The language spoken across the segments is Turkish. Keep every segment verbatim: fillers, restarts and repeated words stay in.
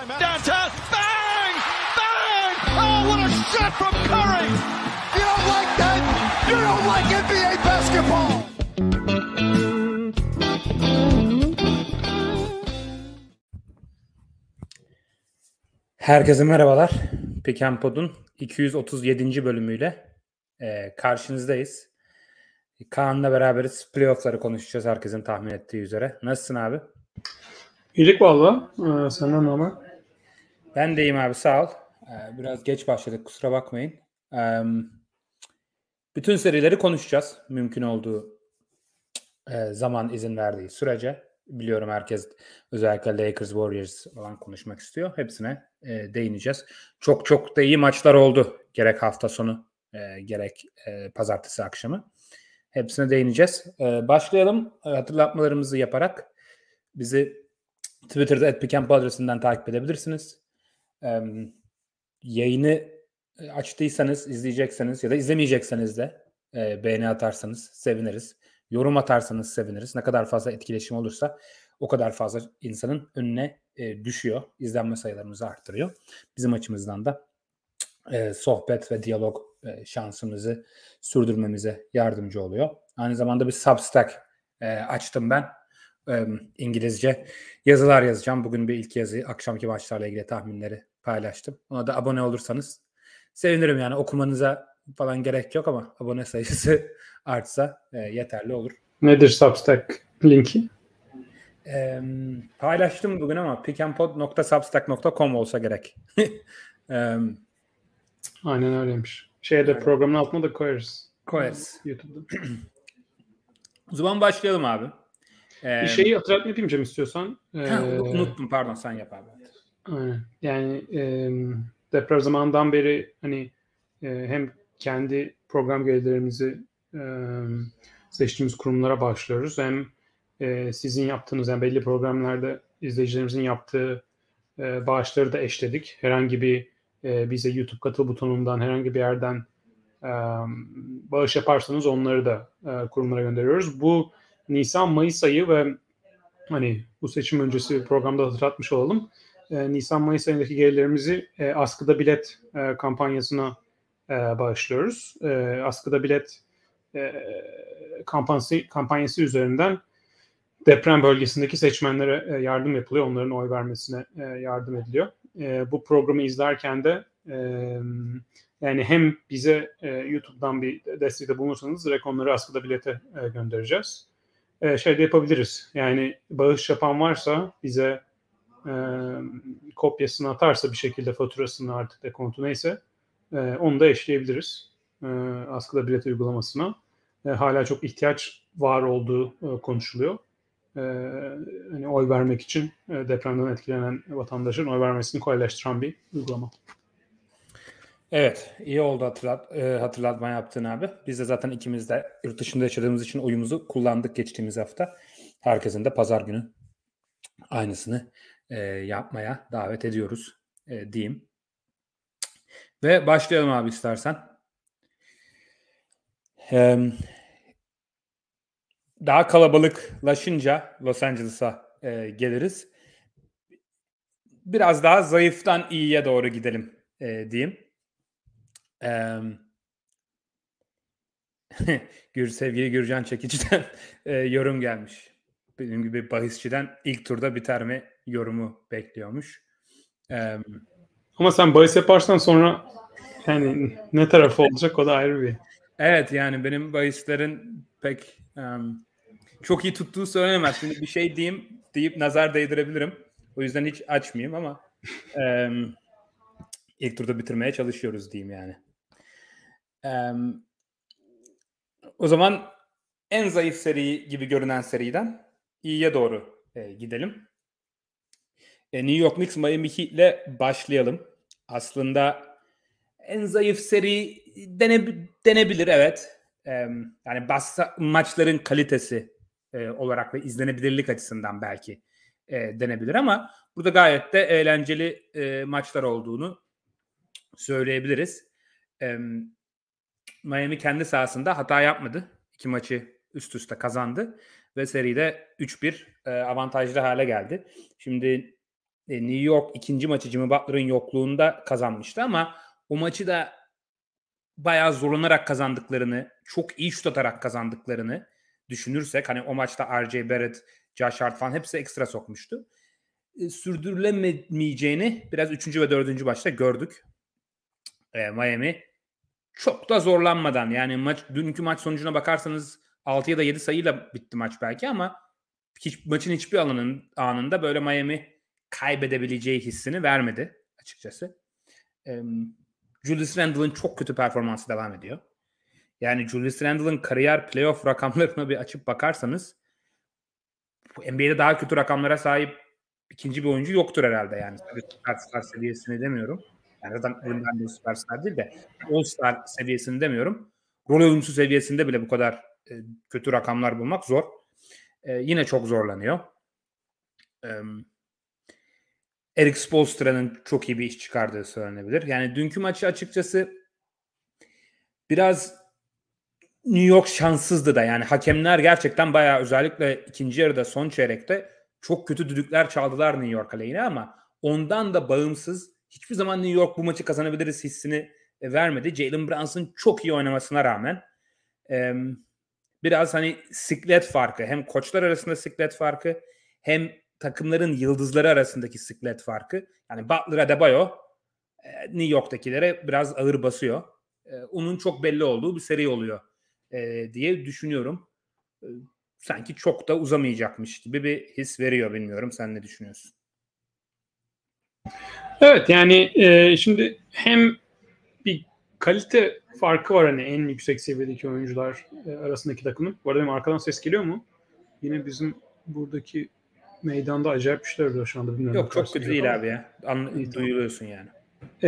Downtown, bang! Bang! Oh, what a shot from Curry! You don't like that? You don't like N B A basketball! Herkese merhabalar. Pick and Pod'un iki yüz otuz yedinci bölümüyle e, karşınızdayız. Kaan'la beraberiz. Playoff'ları konuşacağız herkesin tahmin ettiği üzere. Nasılsın abi? İyilik valla. Ee, senden ne haber? Ben de iyiyim abi, sağ ol. Ee, biraz geç başladık, kusura bakmayın. Ee, bütün serileri konuşacağız. Mümkün olduğu e, zaman izin verdiği sürece. Biliyorum herkes özellikle Lakers, Warriors falan konuşmak istiyor. Hepsine e, değineceğiz. Çok çok da iyi maçlar oldu. Gerek hafta sonu e, gerek e, pazartesi akşamı. Hepsine değineceğiz. E, başlayalım e, hatırlatmalarımızı yaparak. Bizi Twitter'da at pick and pod adresinden takip edebilirsiniz. E, yayını açtıysanız, izleyecekseniz ya da izlemeyecekseniz de e, beğeni atarsanız seviniriz. Yorum atarsanız seviniriz. Ne kadar fazla etkileşim olursa o kadar fazla insanın önüne e, düşüyor. İzlenme sayılarımızı arttırıyor. Bizim açımızdan da e, sohbet ve diyalog e, şansımızı sürdürmemize yardımcı oluyor. Aynı zamanda bir Substack e, açtım ben. E, İngilizce yazılar yazacağım. Bugün bir ilk yazıyı, akşamki maçlarla ilgili tahminleri paylaştım. Ona da abone olursanız sevinirim. Yani okumanıza falan gerek yok ama abone sayısı artsa e, yeterli olur. Nedir Substack linki? E, paylaştım bugün ama pickandpod nokta substack nokta com olsa gerek. e, Aynen öyleymiş. Şeyde aynen. Programın altına da koyarız. Koyarız. YouTube'da. O zaman başlayalım abi. Ee, bir şeyi hatırlatma yapayım Cem istiyorsan. Ha, ee, unuttum pardon, sen yap abi. Aynen. Yani e, deprem zamanından beri hani e, hem kendi program gelirlerimizi e, seçtiğimiz kurumlara başlıyoruz. Hem e, sizin yaptığınız yani belli programlarda izleyicilerimizin yaptığı e, bağışları da eşledik. Herhangi bir e, bize YouTube katıl butonundan herhangi bir yerden e, bağış yaparsanız onları da e, kurumlara gönderiyoruz. Bu Nisan-Mayıs ayı ve hani bu seçim öncesi programda hatırlatmış olalım. E, Nisan-Mayıs ayındaki gelirlerimizi e, askıda bilet e, kampanyasına e, bağışlıyoruz. E, askıda bilet e, kampanyası, kampanyası üzerinden deprem bölgesindeki seçmenlere e, yardım yapılıyor. Onların oy vermesine e, yardım ediliyor. E, bu programı izlerken de e, yani hem bize e, YouTube'dan bir destekte bulunursanız direkt onları askıda bilete e, göndereceğiz. E, şey de yapabiliriz. Yani bağış yapan varsa bize e, kopyasını atarsa bir şekilde faturasını artık dekontu neyse e, onu da eşleyebiliriz. E, askıda bilet uygulamasına. E, hala çok ihtiyaç var olduğu e, konuşuluyor. Ee, hani oy vermek için e, depremden etkilenen vatandaşın oy vermesini kolaylaştıran bir uygulama. Evet, iyi oldu hatırlat, e, hatırlatma yaptın abi. Biz de zaten ikimiz de yurt dışında yaşadığımız için oyumuzu kullandık geçtiğimiz hafta. Herkesin de pazar günü aynısını e, yapmaya davet ediyoruz e, diyeyim. Ve başlayalım abi istersen. Eee Daha kalabalıklaşınca Los Angeles'a e, geliriz. Biraz daha zayıftan iyiye doğru gidelim e, diyeyim. E, Gür, sevgili Gürcan Çekici'den e, yorum gelmiş. Benim gibi bahisçiden ilk turda biter mi yorumu bekliyormuş. E, Ama sen bahis yaparsan sonra yani ne tarafı olacak o da ayrı bir. Evet, yani benim bahislerin pek um, çok iyi tuttuğu söylenemez. Şimdi bir şey diyeyim deyip nazar değdirebilirim. O yüzden hiç açmayayım ama e, ilk turda bitirmeye çalışıyoruz diyeyim yani. E, o zaman en zayıf seri gibi görünen seriden iyiye doğru e, gidelim. E, New York Knicks Miami Heat ile başlayalım. Aslında en zayıf seri dene, denebilir evet. E, yani bas, maçların kalitesi e, olarak ve izlenebilirlik açısından belki e, denebilir ama burada gayet de eğlenceli e, maçlar olduğunu söyleyebiliriz. E, Miami kendi sahasında hata yapmadı. İki maçı üst üste kazandı ve seride üç bir e, avantajlı hale geldi. Şimdi e, New York ikinci maçı Jimmy Butler'ın yokluğunda kazanmıştı ama o maçı da bayağı zorlanarak kazandıklarını, çok iyi şut atarak kazandıklarını düşünürsek, hani o maçta R J Barrett, Josh Hart falan hepsi ekstra sokmuştu. E, sürdürülemeyeceğini biraz üçüncü ve dördüncü maçta gördük. E, Miami çok da zorlanmadan, yani maç, dünkü maç sonucuna bakarsanız altı ya da yedi sayıyla bitti maç belki ama hiç, maçın hiçbir alanın, anında böyle Miami kaybedebileceği hissini vermedi açıkçası. E, Julius Randle'ın çok kötü performansı devam ediyor. Yani Julius Randle'ın kariyer playoff rakamlarına bir açıp bakarsanız N B A'de daha kötü rakamlara sahip ikinci bir oyuncu yoktur herhalde yani. Süperstar seviyesini demiyorum. Yani zaten oyundan bir süperstar değil de All-Star seviyesini demiyorum. Rol oyuncusu seviyesinde bile bu kadar e, kötü rakamlar bulmak zor. E, yine çok zorlanıyor. E, Eric Spoelstra'nın çok iyi bir iş çıkardığı söylenebilir. Yani dünkü maçı açıkçası biraz New York şanssızdı da, yani hakemler gerçekten bayağı, özellikle ikinci yarıda son çeyrekte çok kötü düdükler çaldılar New York aleyhine ama ondan da bağımsız hiçbir zaman New York bu maçı kazanabiliriz hissini vermedi. Jalen Brunson çok iyi oynamasına rağmen e, biraz hani siklet farkı, hem koçlar arasında siklet farkı hem takımların yıldızları arasındaki siklet farkı, yani Butler, Adebayo e, New York'takilere biraz ağır basıyor. E, onun çok belli olduğu bir seri oluyor e, diye düşünüyorum. E, sanki çok da uzamayacakmış gibi bir his veriyor, bilmiyorum. Sen ne düşünüyorsun? Evet, yani e, şimdi hem bir kalite farkı var hani en yüksek seviyedeki oyuncular e, arasındaki takımın. Bu arada benim arkadan ses geliyor mu? Yine bizim buradaki meydanda acayip işler oluyor şu anda. Bilmiyorum. Yok, çok kötü değil abi ya. An- İyi, duyuluyorsun yani. Ee,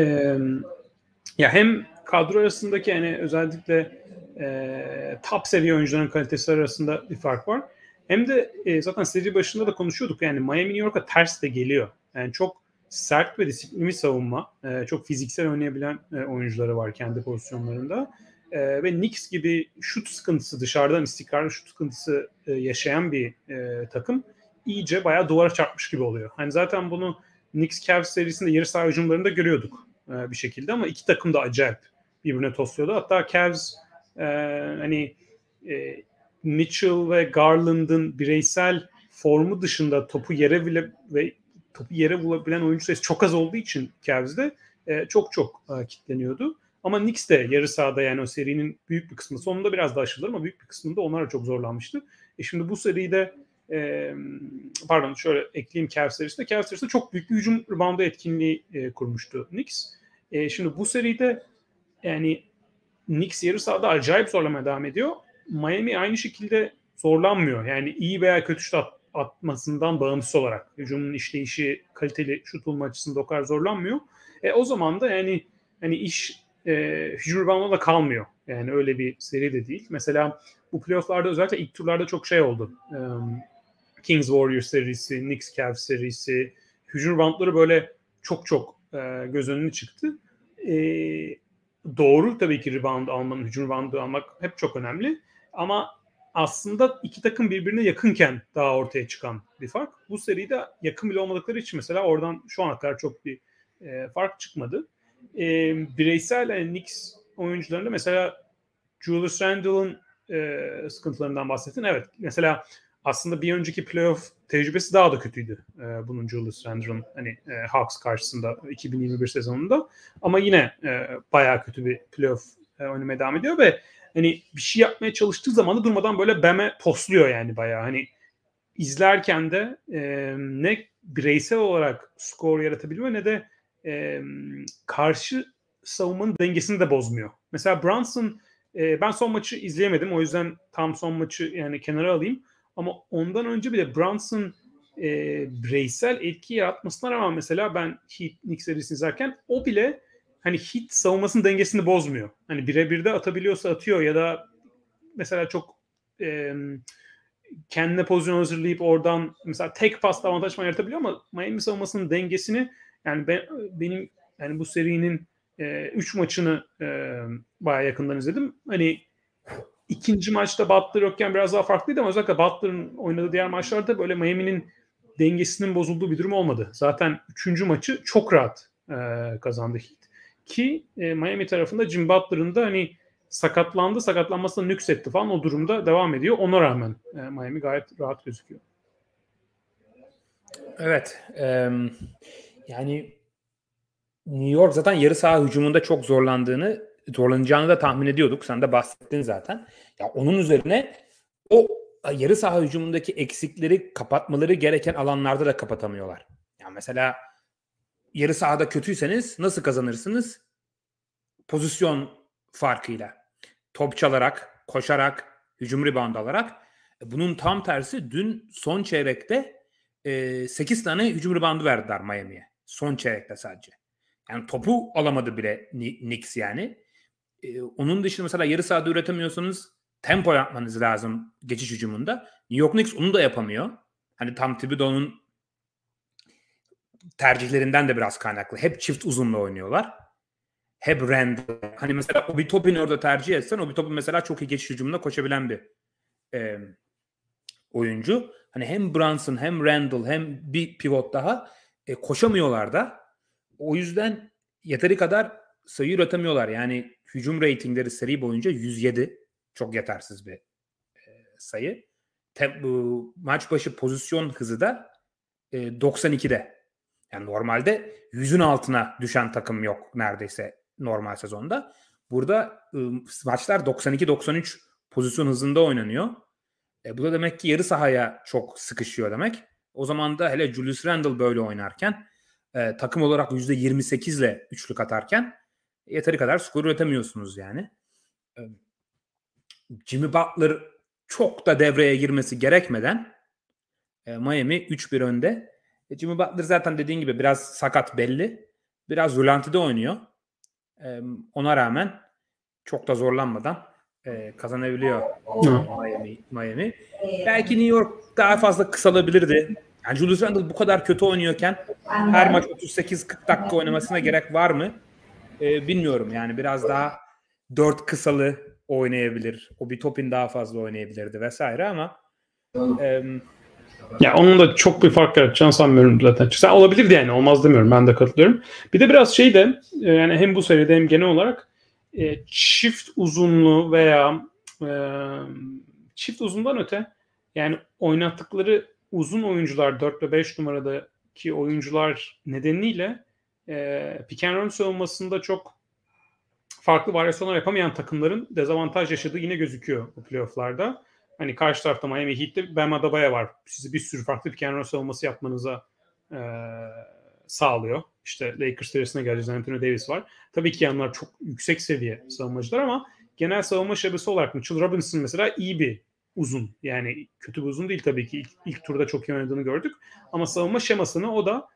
ya hem kadro arasındaki yani özellikle e, top seviye oyuncuların kalitesi arasında bir fark var. Hem de e, zaten seri başında da konuşuyorduk, yani Miami New York'a ters de geliyor. Yani çok sert ve disiplinli savunma, e, çok fiziksel oynayabilen e, oyuncuları var kendi pozisyonlarında. E, ve Knicks gibi şut sıkıntısı, dışarıdan istikrarlı şut sıkıntısı e, yaşayan bir e, takım iyice bayağı duvara çarpmış gibi oluyor. Hani zaten bunu Knicks Cavs serisinde yarı saha hücumlarında görüyorduk e, bir şekilde ama iki takım da acayip birbirine tosluyordu. Hatta Cavs e, hani e, Mitchell ve Garland'ın bireysel formu dışında topu yere bile ve topu yere bulabilen oyuncu sayısı çok az olduğu için Cavs'de e, çok çok e, kitleniyordu. Ama Knicks de yarı sahada, yani o serinin büyük bir kısmı, sonunda biraz daha aşılır ama büyük bir kısmında onlar da çok zorlanmıştı. E şimdi bu seride e, pardon şöyle ekleyeyim, Cavs serisinde. Cavs serisinde çok büyük bir hücum reboundu etkinliği e, kurmuştu Knicks. E, şimdi bu seride yani Knicks yarı sahada acayip zorlamaya devam ediyor. Miami aynı şekilde zorlanmıyor. Yani iyi veya kötü şut at, atmasından bağımsız olarak hücumun işleyişi, kaliteli şut bulma açısından o kadar zorlanmıyor. E, o zaman da yani hani iş e, hücum rebound'da da kalmıyor. Yani öyle bir seri de değil. Mesela bu playoff'larda özellikle ilk turlarda çok şey oldu. Um, Kings Warriors serisi, Knicks Cavs serisi, hücum reboundları böyle çok çok e, göz önüne çıktı. E, doğru tabii ki rebound almanın, hücum reboundu almak hep çok önemli. Ama aslında iki takım birbirine yakınken daha ortaya çıkan bir fark. Bu seride yakın bile olmadıkları için mesela oradan şu ana kadar çok bir e, fark çıkmadı. E, bireysel yani Knicks oyuncularında mesela Julius Randle'ın e, sıkıntılarından bahsettin. Evet, mesela aslında bir önceki playoff tecrübesi daha da kötüydü e, bunun, Julius Randle'ın hani e, Hawks karşısında iki bin yirmi bir sezonunda. Ama yine e, bayağı kötü bir playoff e, oynamaya devam ediyor ve hani bir şey yapmaya çalıştığı zaman da durmadan böyle Bam'e tosluyor yani bayağı. Hani izlerken de e, ne bireysel olarak skor yaratabiliyor ne de e, karşı savunmanın dengesini de bozmuyor. Mesela Brunson, e, ben son maçı izleyemedim, o yüzden tam son maçı yani kenara alayım. Ama ondan önce bile Brunson e, bireysel etki yaratmasına rağmen mesela ben Heat Knicks serisini izlerken o bile hani Heat savunmasının dengesini bozmuyor. Hani birebir de atabiliyorsa atıyor ya da mesela çok e, kendine pozisyon hazırlayıp oradan mesela tek pasla avantaj yaratabiliyor ama Miami savunmasının dengesini, yani ben, benim yani bu serinin üç e, maçını e, bayağı yakından izledim. Hani ikinci maçta Butler yokken biraz daha farklıydı ama özellikle Butler'ın oynadığı diğer maçlarda böyle Miami'nin dengesinin bozulduğu bir durum olmadı. Zaten üçüncü maçı çok rahat e, kazandı Heat. Ki e, Miami tarafında Jim Butler'ın da hani sakatlandı, sakatlanmasına nüksetti falan, o durumda devam ediyor. Ona rağmen e, Miami gayet rahat gözüküyor. Evet. E, yani New York zaten yarı saha hücumunda çok zorlandığını, zorlanacağını da tahmin ediyorduk. Sen de bahsettin zaten. Ya onun üzerine o yarı saha hücumundaki eksikleri kapatmaları gereken alanlarda da kapatamıyorlar. Yani mesela yarı sahada kötüyseniz nasıl kazanırsınız? Pozisyon farkıyla. Top çalarak, koşarak, hücum rebound alarak. Bunun tam tersi dün son çeyrekte e, sekiz tane hücum reboundu verdiler Miami'ye. Son çeyrekte sadece. Yani topu alamadı bile Knicks yani. Ee, onun dışında mesela yarı sahada üretemiyorsanız tempo yapmanız lazım geçiş hücumunda. New York Knicks onu da yapamıyor. Hani tam Thibodeau'nun tercihlerinden de biraz kaynaklı. Hep çift uzunla oynuyorlar. Hep Randall. Hani mesela Obi Toppin'i orada tercih etsen, Obi Toppin mesela çok iyi geçiş hücumunda koşabilen bir e, oyuncu. Hani hem Brunson hem Randall hem bir pivot daha e, koşamıyorlar da. O yüzden yeteri kadar sayı üretemiyorlar. Yani hücum reytingleri seri boyunca yüz yedi. Çok yetersiz bir e, sayı. Tem, bu, maç başı pozisyon hızı da e, doksan ikide. Yani normalde yüzün altına düşen takım yok neredeyse normal sezonda. Burada e, maçlar doksan iki doksan üç pozisyon hızında oynanıyor. E, bu da demek ki yarı sahaya çok sıkışıyor demek. O zaman da hele Julius Randle böyle oynarken, e, takım olarak yüzde yirmi sekiz ile üçlük atarken yeteri kadar skor üretemiyorsunuz yani. E, Jimmy Butler çok da devreye girmesi gerekmeden e, Miami üç bir önde. E, Jimmy Butler zaten dediğin gibi biraz sakat belli. Biraz rölantide oynuyor. E, ona rağmen çok da zorlanmadan e, kazanabiliyor Miami, Miami. Belki New York daha fazla kısalabilirdi. Yani Julius Randle bu kadar kötü oynuyorken her maç otuz sekiz kırk dakika oynamasına gerek var mı? E, bilmiyorum. Yani biraz daha dört kısalı oynayabilir. Obi Toppin daha fazla oynayabilirdi vesaire ama e, ya onun da çok bir fark yaratacağını sanmıyorum zaten. Sen olabilirdi yani, olmaz demiyorum, ben de katılıyorum. Bir de biraz şey de yani hem bu seride hem genel olarak e, çift uzunluğu veya e, çift uzundan öte yani oynattıkları uzun oyuncular, dört ve beş numaradaki oyuncular nedeniyle e, pick and roll savunmasında çok farklı varyasyonlar yapamayan takımların dezavantaj yaşadığı yine gözüküyor bu playoff'larda. Hani karşı tarafta Miami Heat'te Bam Adebayo var. Sizi bir sürü farklı pick and roll savunması yapmanıza e, sağlıyor. İşte Lakers serisine geleceğiz. Anthony Davis var. Tabii ki yanlar çok yüksek seviye savunmacılar ama genel savunma şebesi olarak Mitchell Robinson mesela iyi bir uzun. Yani kötü bir uzun değil tabii ki. İlk, ilk turda çok iyi oynadığını gördük. Ama savunma şemasını o da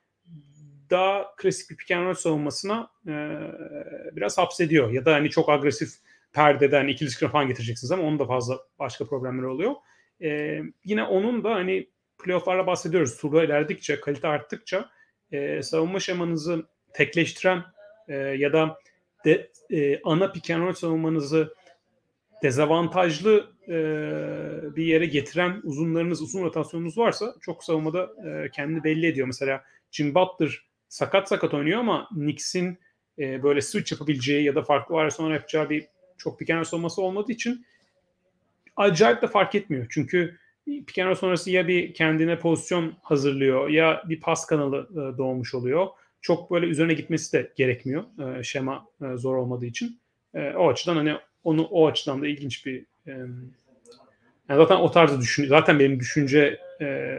daha klasik bir pick and roll savunmasına e, biraz hapsediyor. Ya da hani çok agresif perdeden ikili screen falan getireceksiniz ama onun da fazla başka problemleri oluyor. E, yine onun da hani playoff'larla bahsediyoruz. Turda ilerledikçe, kalite arttıkça e, savunma şemanızı tekleştiren e, ya da de, e, ana pick and roll savunmanızı dezavantajlı e, bir yere getiren uzunlarınız, uzun rotasyonunuz varsa çok savunmada e, kendini belli ediyor. Mesela Jim Butler sakat sakat oynuyor ama Knicks'in e, böyle switch yapabileceği ya da farklı varyasyonlar yapacağı bir çok pick and roll savunması olmadığı için acayip de fark etmiyor. Çünkü pick and roll sonrası ya bir kendine pozisyon hazırlıyor ya bir pas kanalı e, doğmuş oluyor. Çok böyle üzerine gitmesi de gerekmiyor. E, şema e, zor olmadığı için. E, o açıdan hani onu o açıdan da ilginç bir e, yani zaten o tarzı düşün. Zaten benim düşünce e,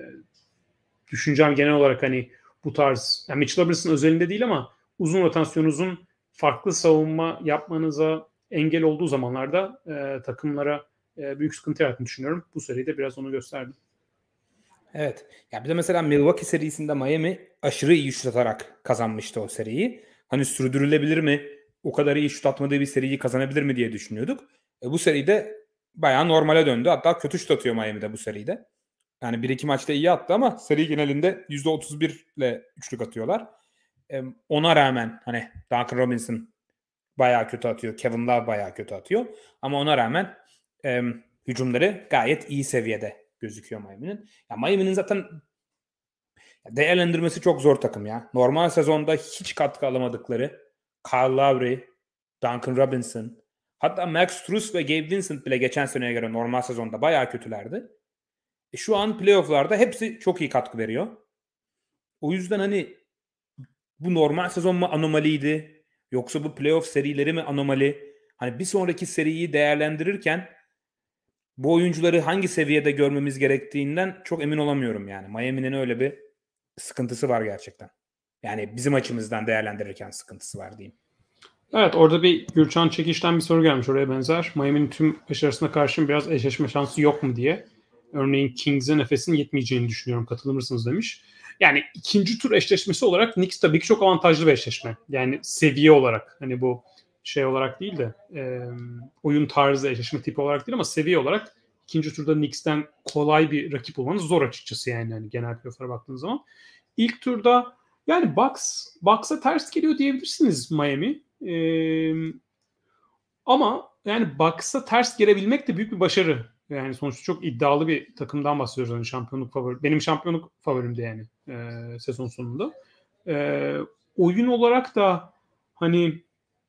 düşüncem genel olarak hani bu tarz, yani Mitchell Robinson özelinde değil ama uzun rotasyonunuzun farklı savunma yapmanıza engel olduğu zamanlarda e, takımlara e, büyük sıkıntı yarattığını düşünüyorum. Bu seride biraz onu gösterdi. Evet. Ya bir de mesela Milwaukee serisinde Miami aşırı iyi şut atarak kazanmıştı o seriyi. Hani sürdürülebilir mi? O kadar iyi şut atmadığı bir seriyi kazanabilir mi diye düşünüyorduk. E, bu seride bayağı normale döndü. Hatta kötü şut atıyor Miami'de bu seride. Yani bir iki maçta iyi attı ama seri genelinde yüzde otuz bir ile üçlük atıyorlar. E, ona rağmen hani Duncan Robinson bayağı kötü atıyor. Kevin Love bayağı kötü atıyor. Ama ona rağmen e, hücumları gayet iyi seviyede gözüküyor Miami'nin. Ya Miami'nin zaten Değerlendirmesi çok zor takım ya. Normal sezonda hiç katkı alamadıkları Kyle Lowry, Duncan Robinson, hatta Max Strus ve Gabe Vincent bile geçen seneye göre normal sezonda bayağı kötülerdi. E şu an playoff'larda hepsi çok iyi katkı veriyor. O yüzden hani bu normal sezon mu anomaliydi? Yoksa bu playoff serileri mi anomali? Hani bir sonraki seriyi değerlendirirken bu oyuncuları hangi seviyede görmemiz gerektiğinden çok emin olamıyorum yani. Miami'nin öyle bir sıkıntısı var gerçekten. Yani bizim açımızdan değerlendirirken sıkıntısı var diyeyim. Evet, orada bir Gürçan Çekiş'ten bir soru gelmiş oraya benzer. Miami'nin tüm başarısına karşın biraz eşleşme şansı yok mu diye. Örneğin Kings'e nefesin yetmeyeceğini düşünüyorum. Katılır mısınız demiş. Yani ikinci tur eşleşmesi olarak Knicks tabii ki çok avantajlı bir eşleşme. Yani seviye olarak, hani bu şey olarak değil de e, oyun tarzı eşleşme tipi olarak değil ama seviye olarak ikinci turda Knicks'ten kolay bir rakip olmanız zor açıkçası yani, yani genel playoff'lara baktığınız zaman. İlk turda yani Bucks, Bucks'a ters geliyor diyebilirsiniz Miami. Ee, ama yani Bucks'a ters gelebilmek de büyük bir başarı. Yani sonuçta çok iddialı bir takımdan bahsediyoruz. Yani şampiyonluk favori. Benim şampiyonluk favorimdi yani e, sezon sonunda. E, oyun olarak da hani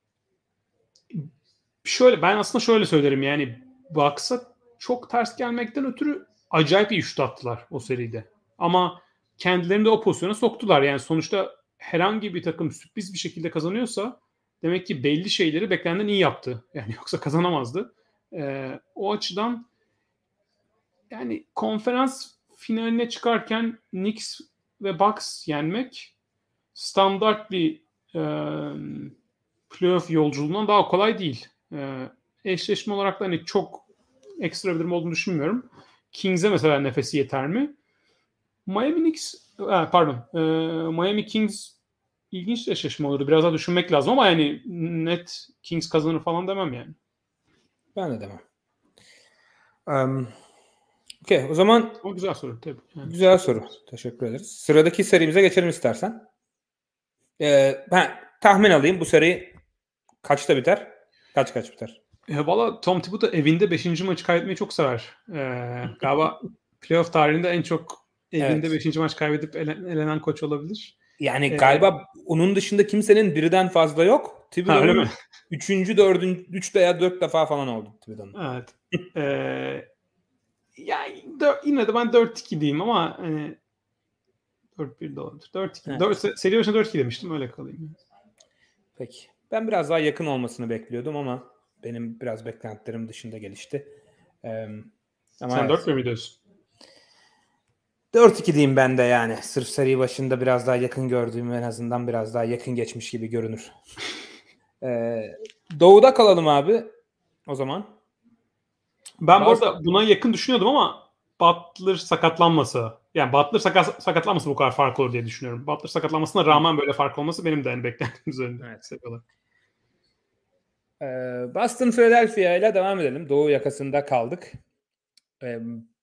şöyle, ben aslında şöyle söylerim yani Bucks'a çok ters gelmekten ötürü acayip iyi şut attılar o seride. Ama kendilerini de o pozisyona soktular. Yani sonuçta herhangi bir takım sürpriz bir şekilde kazanıyorsa demek ki belli şeyleri beklenenden iyi yaptı. Yani yoksa kazanamazdı. Ee, o açıdan yani konferans finaline çıkarken Knicks ve Bucks yenmek standart bir e, playoff yolculuğundan daha kolay değil. E, eşleşme olarak da hani çok ekstra bir durum olduğunu düşünmüyorum. Kings'e mesela nefesi yeter mi? Miami Knicks, pardon, e, Miami Kings ilginç eşleşme olurdu. Biraz daha düşünmek lazım ama yani net Kings kazanır falan demem yani. Ben de demem. Um, Okey, o zaman o güzel soru tabii. Yani. Güzel soru. Teşekkür ederiz. Sıradaki serimize geçelim istersen. Ee, ben tahmin alayım. Bu seri kaçta biter? Kaç kaç biter? E, Valla Tom Thibodeau evinde beşinci maçı kaybetmeyi çok sever. E, galiba playoff tarihinde en çok evinde Evet. beşinci maç kaybedip ele, elenen koç olabilir. Yani Ee, galiba onun dışında kimsenin birden fazla yok. Thibodeau'nun üçüncü, dördüncü, üç veya dört defa falan oldu Thibodeau'nun. Evet. ee, yani dört, yine de ben dört iki diyeyim ama hani dört bir de olabilir. dört iki. Evet. Seri başına dört iki demiştim. Öyle kalayım. Peki. Ben biraz daha yakın olmasını bekliyordum ama benim biraz beklentilerim dışında gelişti. Ee, ama Sen evet. dört bir mi diyorsun? dört iki diyeyim ben de yani. Sırf seri başında biraz daha yakın gördüğüm, en azından biraz daha yakın geçmiş gibi görünür. ee, Doğu'da kalalım abi o zaman. Ben bu arada buna yakın düşünüyordum ama Butler sakatlanmasa, yani Butler sakat, sakatlanmasa bu kadar fark olur diye düşünüyorum. Butler sakatlanmasına rağmen böyle fark olması benim de en beklentim üzerinde. Evet. Ee, Boston Philadelphia ile devam edelim. Doğu yakasında kaldık. Ee,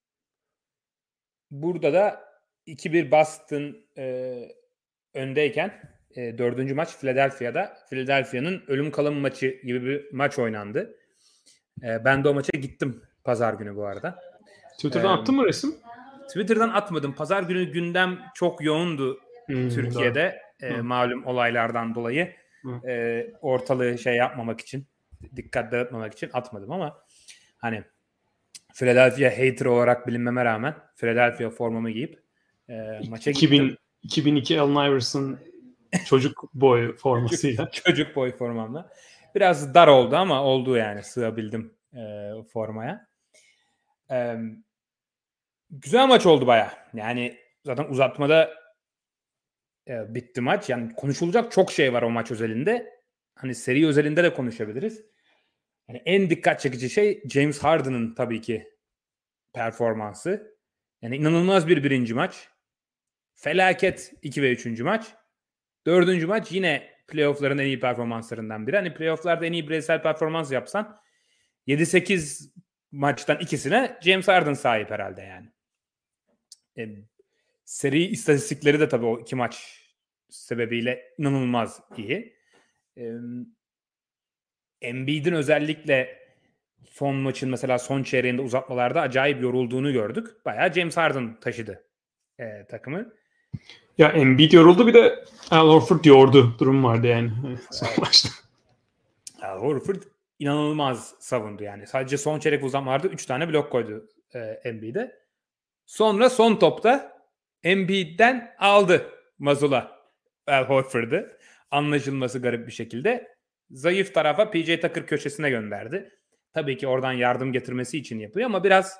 burada da iki bir Boston e, öndeyken e, dördüncü maç Philadelphia'da. Philadelphia'nın ölüm kalım maçı gibi bir maç oynandı. E, ben de o maça gittim pazar günü bu arada. Twitter'dan ee, attın mı resim? Twitter'dan atmadım. Pazar günü gündem çok yoğundu hmm, Türkiye'de. E, malum olaylardan dolayı. E, ortalığı şey yapmamak için, dikkat dağıtmamak için atmadım ama hani Philadelphia hater olarak bilinmeme rağmen Philadelphia formamı giyip e, maça iki bin, gittim. iki bin iki Allen Iverson çocuk boy formasıyla. çocuk, çocuk boy formamla. Biraz dar oldu ama oldu yani. Sığabildim e, formaya. E, güzel maç oldu baya. Yani zaten uzatmada e, bitti maç. Yani konuşulacak çok şey var o maç özelinde. Hani seri özelinde de konuşabiliriz. Yani en dikkat çekici şey James Harden'ın tabii ki performansı. Yani inanılmaz bir birinci maç. Felaket iki ve üçüncü maç. Dördüncü maç yine playoff'ların en iyi performanslarından biri. Hani playoff'larda en iyi bireysel performans yapsan yedi sekiz maçtan ikisine James Harden sahip herhalde yani. E, seri istatistikleri de tabii o iki maç sebebiyle inanılmaz iyi. E, Embiid'in özellikle son maçın mesela son çeyreğinde uzatmalarda acayip yorulduğunu gördük. Bayağı James Harden taşıdı e, takımı. Ya Embiid yoruldu, bir de Al Horford yordu durum vardı yani son maçta. Al Horford inanılmaz savundu yani. Sadece son çeyrek uzamalarda üç tane blok koydu e, Embiid'e. Sonra son topta Embiid'den aldı Mazula Al Horford'u. Anlaşılması garip bir şekilde. Zayıf tarafa P J Tucker köşesine gönderdi. Tabii ki oradan yardım getirmesi için yapıyor ama biraz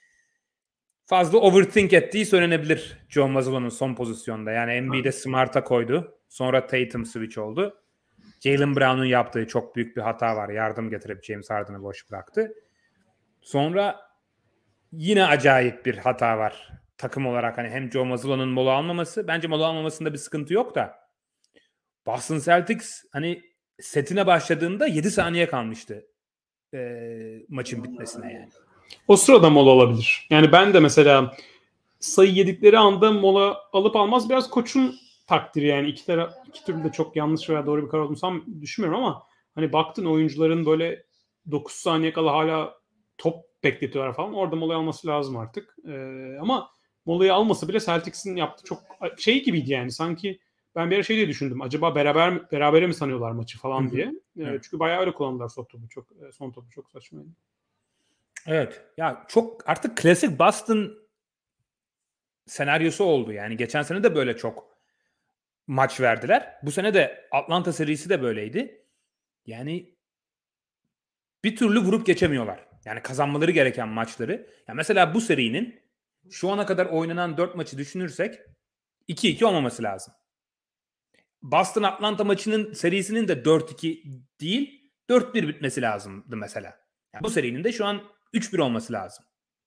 fazla overthink ettiği söylenebilir Joe Mazzulla'nın son pozisyonda. Yani Embiid'e Smart'a koydu. Sonra Tatum switch oldu. Jaylen Brown'un yaptığı çok büyük bir hata var. Yardım getirip James Harden'ı boş bıraktı. Sonra yine acayip bir hata var. Takım olarak hani hem Joe Mazzulla'nın mola almaması. Bence mola almamasında bir sıkıntı yok da. Boston Celtics hani setine başladığında yedi saniye kalmıştı. E, maçın bitmesine yani. O sırada mola olabilir. Yani ben de mesela sayı yedikleri anda mola alıp almaz biraz koçun takdiri yani. İki, tara- iki türlü de çok yanlış veya doğru bir karar olduğunu düşünmüyorum ama hani baktın oyuncuların böyle dokuz saniye kala hala top bekletiyorlar falan. Orada molayı alması lazım artık. Ee, ama molayı alması bile Celtics'in yaptığı çok şey gibiydi yani. Sanki ben bir ara şey diye düşündüm. Acaba beraber berabere mi sanıyorlar maçı falan Hı hı. diye. Ee, Evet. Çünkü bayağı öyle kullandılar son topu. Çok, son topu çok saçmaydı. Evet. Ya çok artık klasik Boston senaryosu oldu. Yani geçen sene de böyle çok maç verdiler. Bu sene de Atlanta serisi de böyleydi. Yani bir türlü vurup geçemiyorlar. Yani kazanmaları gereken maçları. Ya mesela bu serinin şu ana kadar oynanan dört maçı düşünürsek iki iki olmaması lazım. Boston Atlanta maçının serisinin de dört iki değil dört bir bitmesi lazımdı mesela. Yani bu serinin de şu an üç bir olması lazım.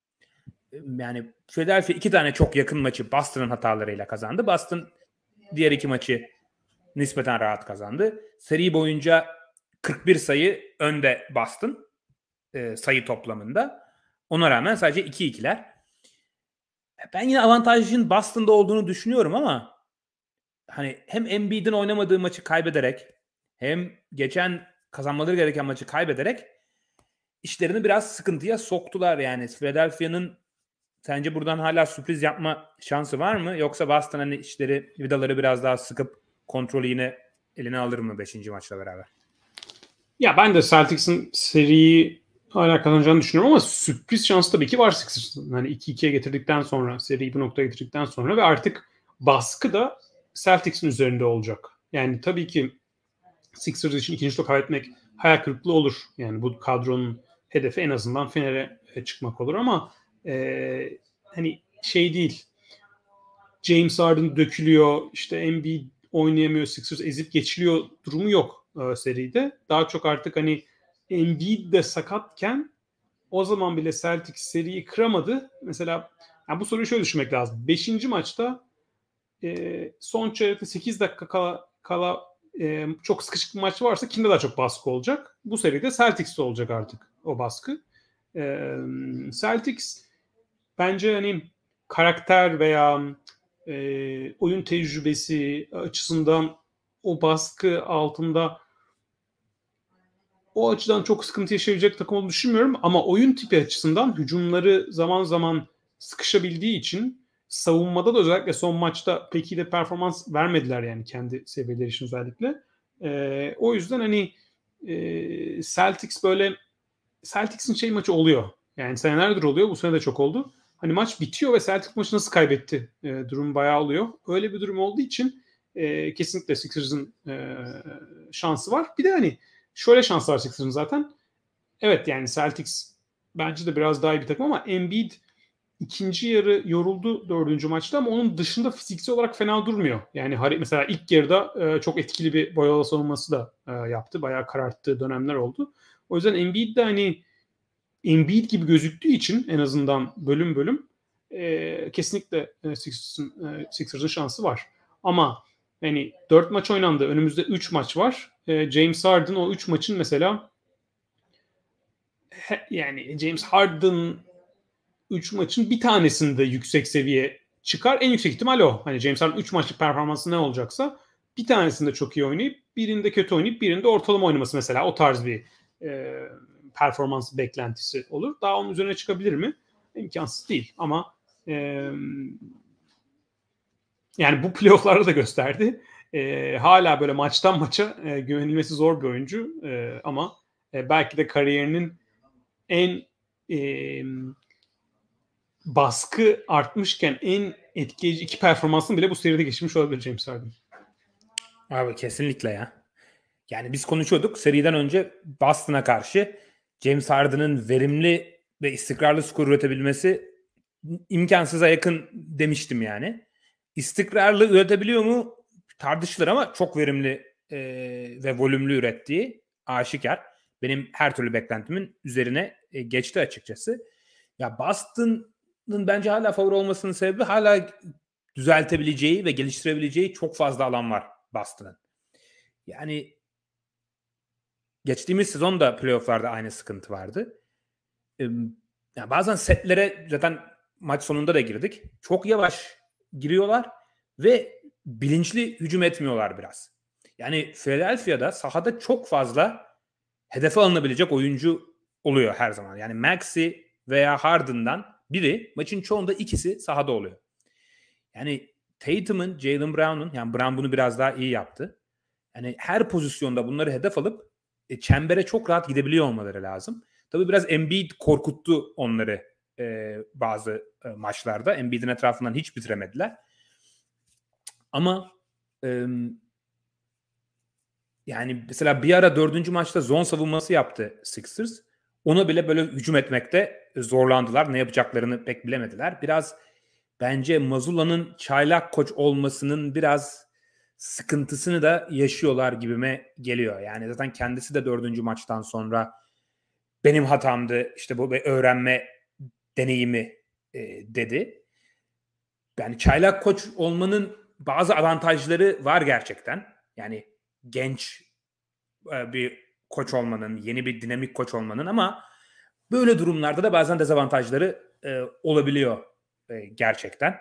Yani Philadelphia iki tane çok yakın maçı Boston'ın hatalarıyla kazandı. Boston diğer iki maçı nispeten rahat kazandı. Seri boyunca kırk bir sayı önde Boston e, sayı toplamında. Ona rağmen sadece iki ikiler. Ben yine avantajın Boston'da olduğunu düşünüyorum ama hani hem Embiid'in oynamadığı maçı kaybederek hem geçen kazanmaları gereken maçı kaybederek işlerini biraz sıkıntıya soktular yani. Philadelphia'nın sence buradan hala sürpriz yapma şansı var mı? Yoksa Boston hani işleri, vidaları biraz daha sıkıp kontrolü yine eline alır mı beşinci maçla beraber? Ya ben de Celtics'in seriyi hala kazanacağını düşünüyorum ama sürpriz şansı tabii ki var Sixers'ın. Hani iki ikiye getirdikten sonra, seriyi bu noktaya getirdikten sonra ve artık baskı da Celtics'in üzerinde olacak. Yani tabii ki Sixers için ikinci tur kaybetmek hayal kırıklığı olur. Yani bu kadronun hedefi en azından finale çıkmak olur ama e, hani şey değil. James Harden dökülüyor, işte Embiid oynayamıyor, Sixers ezip geçiliyor durumu yok e, seride. Daha çok artık hani Embiid de sakatken o zaman bile Celtics seriyi kıramadı. Mesela yani bu soruyu şöyle düşünmek lazım. Beşinci maçta e, son çeyrekte sekiz dakika kala, kala e, çok sıkışık bir maç varsa kimde daha çok baskı olacak? Bu seride Celtics'te olacak artık o baskı. E, Celtics bence hani karakter veya e, oyun tecrübesi açısından o baskı altında o açıdan çok sıkıntı yaşayabilecek takım olduğunu düşünmüyorum ama oyun tipi açısından hücumları zaman zaman sıkışabildiği için savunmada da özellikle son maçta pek iyi de performans vermediler yani kendi seviyeleri için özellikle. E, o yüzden hani e, Celtics böyle Celtics'in şey maçı oluyor. Yani senelerdir oluyor. Bu sene de çok oldu. Hani maç bitiyor ve Celtic maçı nasıl kaybetti? E, durum bayağı oluyor. Öyle bir durum olduğu için e, kesinlikle Sixers'ın e, şansı var. Bir de hani şöyle şans var Sixers'ın zaten. Evet yani Celtics bence de biraz daha iyi bir takım ama Embiid ikinci yarı yoruldu dördüncü maçta ama onun dışında fiziksel olarak fena durmuyor. Yani mesela ilk yarıda e, çok etkili bir boyalı savunması da e, yaptı. Bayağı kararttığı dönemler oldu. O yüzden Embiid de hani Embiid gibi gözüktüğü için en azından bölüm bölüm e, kesinlikle e, Sixers'ın, e, Sixers'ın şansı var. Ama hani dört maç oynandı. Önümüzde üç maç var. E, James Harden o üç maçın mesela he, yani James Harden üç maçın bir tanesinde yüksek seviye çıkar. En yüksek ihtimal o. Hani James Harden üç maçlık performansı ne olacaksa bir tanesinde çok iyi oynayıp birinde kötü oynayıp birinde ortalama oynaması mesela o tarz bir e, performans beklentisi olur. Daha onun üzerine çıkabilir mi? İmkansız değil ama e, yani bu playoff'larda da gösterdi. E, hala böyle maçtan maça e, güvenilmesi zor bir oyuncu. E, ama e, belki de kariyerinin en e, baskı artmışken en etkileyici iki performansını bile bu seride geçirmiş olabilir James Harden. Abi kesinlikle ya. Yani biz konuşuyorduk seriden önce Boston'a karşı James Harden'ın verimli ve istikrarlı skor üretebilmesi imkansıza yakın demiştim yani. İstikrarlı üretebiliyor mu tartışılır ama çok verimli e, ve volümlü ürettiği aşikar. Benim her türlü beklentimin üzerine e, geçti açıkçası. Ya Boston'ın bence hala favori olmasının sebebi hala düzeltebileceği ve geliştirebileceği çok fazla alan var Boston'ın. Yani geçtiğimiz sezon da playoff'larda aynı sıkıntı vardı. Ee, yani bazen setlere zaten maç sonunda da girdik. Çok yavaş giriyorlar ve bilinçli hücum etmiyorlar biraz. Yani Philadelphia'da sahada çok fazla hedefe alınabilecek oyuncu oluyor her zaman. Yani Maxey veya Harden'dan biri, maçın çoğunda ikisi sahada oluyor. Yani Tatum'un, Jaylen Brown'un, yani Brown bunu biraz daha iyi yaptı. Yani her pozisyonda bunları hedef alıp e, çembere çok rahat gidebiliyor olmaları lazım. Tabii biraz Embiid korkuttu onları e, bazı e, maçlarda. Embiid'in etrafından hiç bitiremediler. Ama e, yani mesela bir ara dördüncü maçta zone savunması yaptı Sixers. Ona bile böyle hücum etmekte zorlandılar. Ne yapacaklarını pek bilemediler. Biraz bence Mazzulla'nın çaylak koç olmasının biraz sıkıntısını da yaşıyorlar gibime geliyor. Yani zaten kendisi de dördüncü maçtan sonra benim hatamdı işte bu öğrenme deneyimi e, dedi. Yani çaylak koç olmanın bazı avantajları var gerçekten. Yani genç e, bir koç olmanın, yeni bir dinamik koç olmanın ama böyle durumlarda da bazen dezavantajları e, olabiliyor e, gerçekten.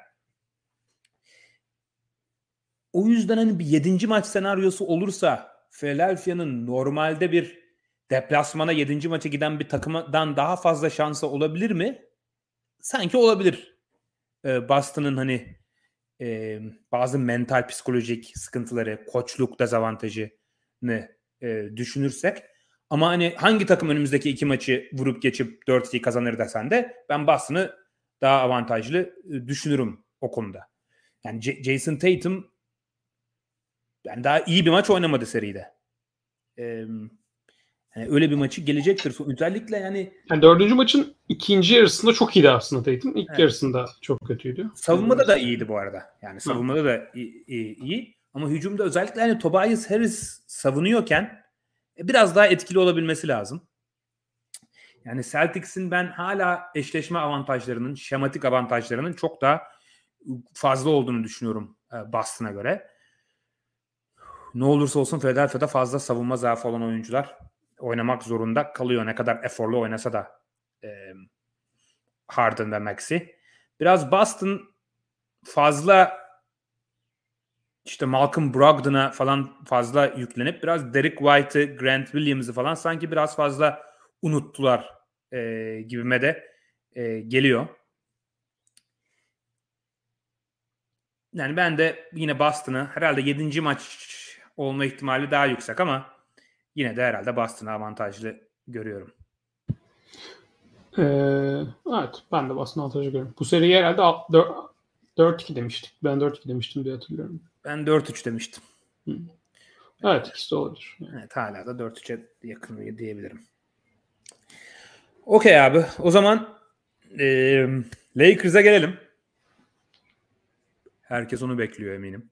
O yüzden hani bir yedinci maç senaryosu olursa Philadelphia'nın normalde bir deplasmana yedinci maça giden bir takımdan daha fazla şansı olabilir mi? Sanki olabilir. Ee, Boston'ın hani e, bazı mental psikolojik sıkıntıları, koçluk dezavantajını e, düşünürsek. Ama hani hangi takım önümüzdeki iki maçı vurup geçip dört iki kazanır desen de ben Boston'ı daha avantajlı e, düşünürüm o konuda. Yani J- Jason Tatum yani daha iyi bir maç oynamadı seride. Ee, yani öyle bir maçı gelecektir. Özellikle yani, Yani dördüncü maçın ikinci yarısında çok iyiydi aslında Tatum. İlk evet, yarısında çok kötüydü. savunmada da iyiydi bu arada. Yani savunmada da iyi, iyi, iyi. Ama hücumda özellikle hani Tobias Harris savunuyorken biraz daha etkili olabilmesi lazım. Yani Celtics'in ben hala eşleşme avantajlarının, şematik avantajlarının çok daha fazla olduğunu düşünüyorum Boston'a göre. Ne olursa olsun Philadelphia'da fazla savunma zaafı olan oyuncular oynamak zorunda kalıyor. Ne kadar eforlu oynasa da e, Harden ve Maxey. Biraz Boston fazla işte Malcolm Brogdon'a falan fazla yüklenip biraz Derek White'ı, Grant Williams'ı falan sanki biraz fazla unuttular e, gibime de e, geliyor. Yani ben de yine Boston'ı herhalde yedinci maç olma ihtimali daha yüksek ama yine de herhalde Boston'ı avantajlı görüyorum. Ee, evet, ben de Boston avantajı görüyorum. Bu seriyi herhalde dört iki demiştik. Ben dört iki demiştim diye hatırlıyorum. Ben dört üç demiştim. Hı. Evet, ikisi de olabilir. Yani. Evet, hala da dört üçe yakın diyebilirim. Okey abi. O zaman e, Lakers'a gelelim. Herkes onu bekliyor eminim.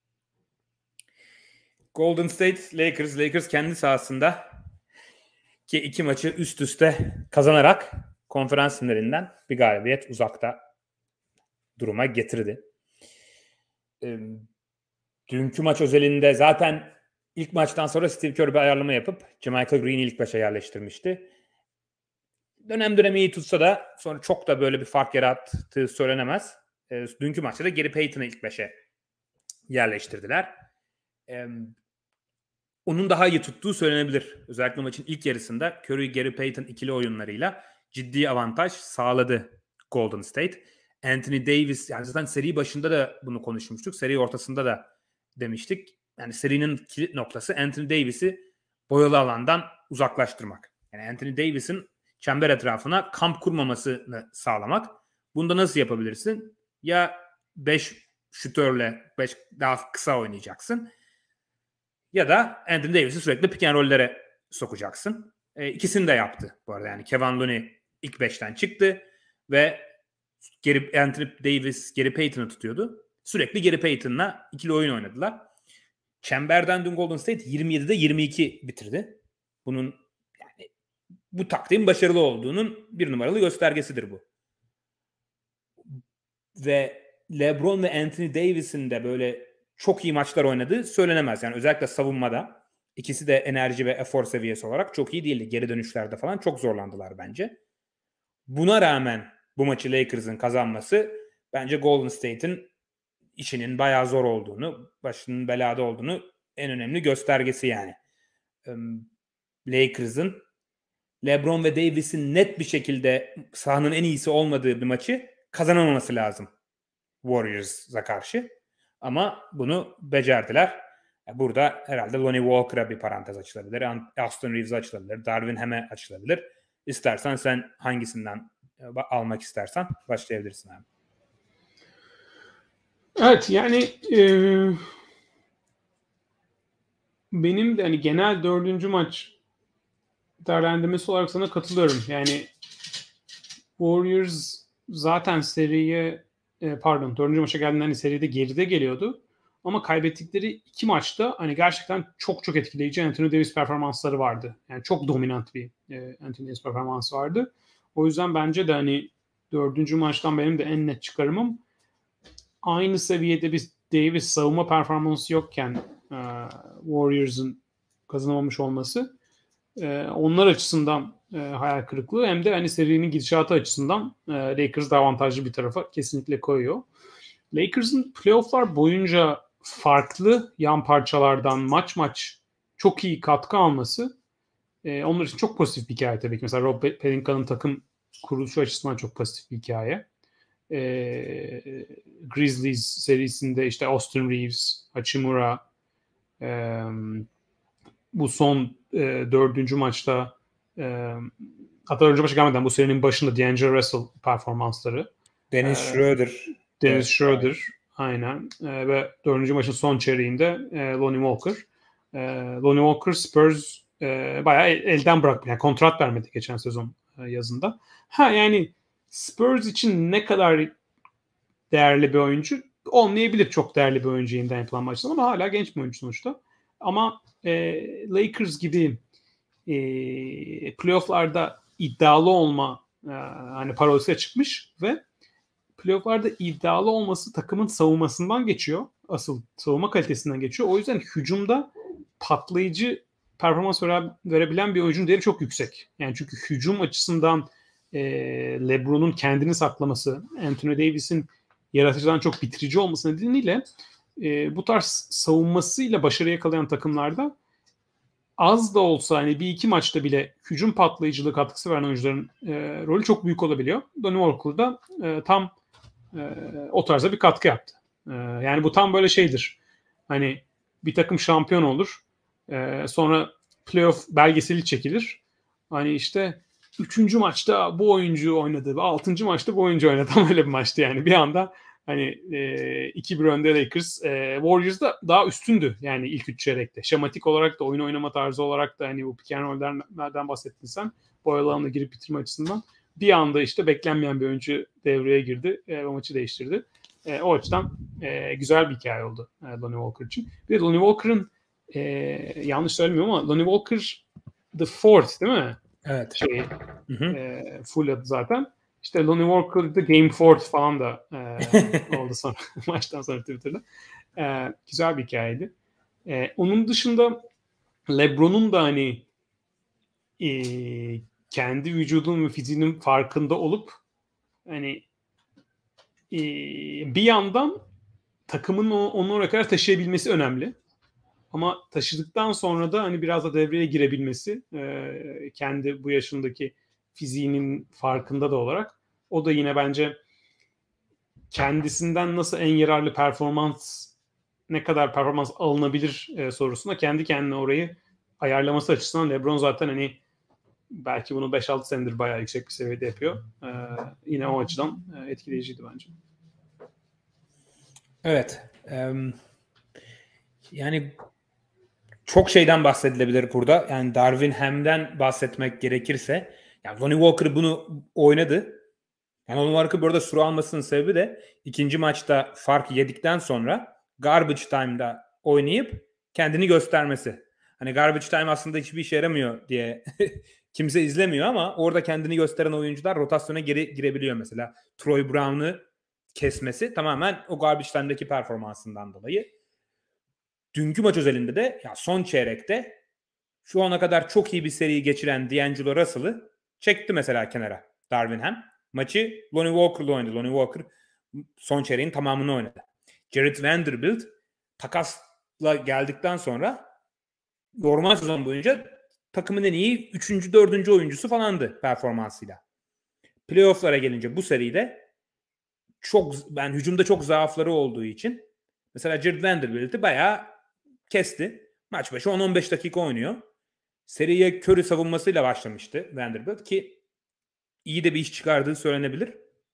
Golden State Lakers. Lakers kendi sahasında ki iki maçı üst üste kazanarak konferans finalinden bir galibiyet uzakta duruma getirdi. E, dünkü maç özelinde zaten ilk maçtan sonra Steve Kerr bir ayarlama yapıp JaMychal Green'i ilk başa yerleştirmişti. Dönem dönem iyi tutsa da sonra çok da böyle bir fark yarattığı söylenemez. E, dünkü maçta da Gary Payton'ı ilk beşe yerleştirdiler. E, onun daha iyi tuttuğu söylenebilir. Özellikle maçın ilk yarısında Curry, Gary Payton ikili oyunlarıyla ciddi avantaj sağladı Golden State. Anthony Davis, yani zaten seri başında da bunu konuşmuştuk. Seri ortasında da demiştik. Yani serinin kilit noktası Anthony Davis'i boyalı alandan uzaklaştırmak. Yani Anthony Davis'in çember etrafına kamp kurmamasını sağlamak. Bunu da nasıl yapabilirsin? Ya beş şütörle beş daha kısa oynayacaksın. Ya da Anthony Davis'i sürekli pick and roll'lere sokacaksın. E, ikisini de yaptı bu arada. Yani Kevin Looney ilk beşten çıktı ve Gary, Anthony Davis Gary Payton'ı tutuyordu. Sürekli Gary Payton'la ikili oyun oynadılar. Çemberden dün Golden State yirmi yedide yirmi iki bitirdi. Bunun yani bu taktiğin başarılı olduğunun bir numaralı göstergesidir bu. Ve LeBron ve Anthony Davis'in de böyle çok iyi maçlar oynadığı söylenemez. Yani özellikle savunmada ikisi de enerji ve efor seviyesi olarak çok iyi değildi. Geri dönüşlerde falan çok zorlandılar bence. Buna rağmen bu maçı Lakers'ın kazanması bence Golden State'in işinin bayağı zor olduğunu, başının belada olduğunu en önemli göstergesi yani. Lakers'ın LeBron ve Davis'in net bir şekilde sahanın en iyisi olmadığı bir maçı kazanamaması lazım Warriors'a karşı. Ama bunu becerdiler. Burada herhalde Lonnie Walker'a bir parantez açılabilir. Austin Reeves'e açılabilir. Darvin Ham'e açılabilir. İstersen sen hangisinden almak istersen başlayabilirsin abi. Evet yani e, benim de hani genel dördüncü maç değerlendirmesi olarak sana katılıyorum. Yani Warriors zaten seriye e, pardon dördüncü maça geldiğinde hani seride geride geliyordu. Ama kaybettikleri iki maçta hani gerçekten çok çok etkileyici Anthony Davis performansları vardı. Yani çok dominant bir e, Anthony Davis performansı vardı. O yüzden bence de hani dördüncü maçtan benim de en net çıkarımım aynı seviyede bir Davis savunma performansı yokken e, Warriors'ın kazanamamış olması e, onlar açısından e, hayal kırıklığı hem de hani serinin gidişatı açısından e, Lakers da avantajlı bir tarafa kesinlikle koyuyor. Lakers'ın playoff'lar boyunca farklı yan parçalardan maç maç çok iyi katkı alması e, onlar için çok pozitif bir hikaye tabii ki. Mesela Rob Pelinka'nın takım kuruluşu açısından çok pozitif bir hikaye. E, Grizzlies serisinde işte Austin Reeves, Hachimura e, bu son e, dördüncü maçta e, hatta dördüncü maça gelmeden bu serinin başında D'Angelo Russell performansları. Dennis e, Schroeder. Dennis evet, Schroeder. Evet. Aynen. E, ve dördüncü maçın son çeyreğinde e, Lonnie Walker. E, Lonnie Walker Spurs e, bayağı elden bırakmış. Yani kontrat vermedi geçen sezon e, yazında. Ha yani Spurs için ne kadar değerli bir oyuncu olmayabilir, çok değerli bir oyuncu yeniden yapılan maçtan ama hala genç bir oyuncu sonuçta. Ama e, Lakers gibi e, playoff'larda iddialı olma e, hani parodisiye çıkmış ve playoff'larda iddialı olması takımın savunmasından geçiyor. Asıl savunma kalitesinden geçiyor. O yüzden hücumda patlayıcı performans verebilen bir oyuncunun değeri çok yüksek. Yani çünkü hücum açısından e, LeBron'un kendini saklaması, Anthony Davis'in yaratıcıdan çok bitirici olması nedeniyle e, bu tarz savunmasıyla başarı yakalayan takımlarda az da olsa hani bir iki maçta bile hücum patlayıcılığı katkısı veren oyuncuların e, rolü çok büyük olabiliyor. Donnie Walker da e, tam e, o tarzda bir katkı yaptı. E, yani bu tam böyle şeydir. Hani bir takım şampiyon olur. E, sonra playoff belgeseli çekilir. Hani işte üçüncü maçta bu oyuncu oynadı. Altıncı maçta bu oyuncu oynadı. Tam öyle bir maçtı yani. Bir anda hani e, iki bir önde Lakers. E, Warriors da daha üstündü yani ilk üç çeyrekte. Şematik olarak da oyun oynama tarzı olarak da hani bu pick and roll'lerden bahsettin sen. Boyalı alana girip bitirme açısından. Bir anda işte beklenmeyen bir oyuncu devreye girdi. E, o maçı değiştirdi. E, o açıdan e, güzel bir hikaye oldu e, Lonnie Walker için. Bir de Lonnie Walker'ın e, yanlış söylemiyorum ama Lonnie Walker the fourth değil mi? Evet. Şey, e, full adı zaten. İşte Lonnie Walker'da Game Fourth falan da e, oldu sonra maçtan sonra Twitter'da. E, güzel bir hikayeydi. E, onun dışında LeBron'un da hani e, kendi vücudunun ve fiziğinin farkında olup hani e, bir yandan takımın onu oraya kadar taşıyabilmesi önemli. Ama taşıdıktan sonra da hani biraz da devreye girebilmesi e, kendi bu yaşındaki fiziğinin farkında da olarak o da yine bence kendisinden nasıl en yararlı performans, ne kadar performans alınabilir e, sorusuna kendi kendine orayı ayarlaması açısından LeBron zaten hani belki bunu beş altı senedir bayağı yüksek bir seviyede yapıyor. Ee, yine o açıdan e, etkileyiciydi bence. Evet. Um, yani çok şeyden bahsedilebilir burada. Yani Darvin Ham'den bahsetmek gerekirse, yani Lonnie Walker bunu oynadı. Yani Lonnie Walker burada süre almasının sebebi de ikinci maçta fark yedikten sonra garbage time'da oynayıp kendini göstermesi. Hani garbage time aslında hiçbir işe yaramıyor diye kimse izlemiyor ama orada kendini gösteren oyuncular rotasyona geri girebiliyor mesela. Troy Brown'u kesmesi tamamen o garbage time'daki performansından dolayı. Dünkü maç özelinde de ya son çeyrekte şu ana kadar çok iyi bir seriyi geçiren D'Angelo Russell'ı çekti mesela kenara Darvin Ham. Maçı Lonnie Walker'la oynadı. Lonnie Walker son çeyreğin tamamını oynadı. Jared Vanderbilt takasla geldikten sonra normal sezon boyunca takımın en iyi üçüncü dördüncü oyuncusu falandı performansıyla. Playoff'lara gelince bu seride çok ben hücumda çok zaafları olduğu için mesela Jared Vanderbilt'i bayağı kesti. Maç başı on on beş dakika oynuyor. Seriye Curry savunmasıyla başlamıştı Vanderbilt ki iyi de bir iş çıkardığı söylenebilir.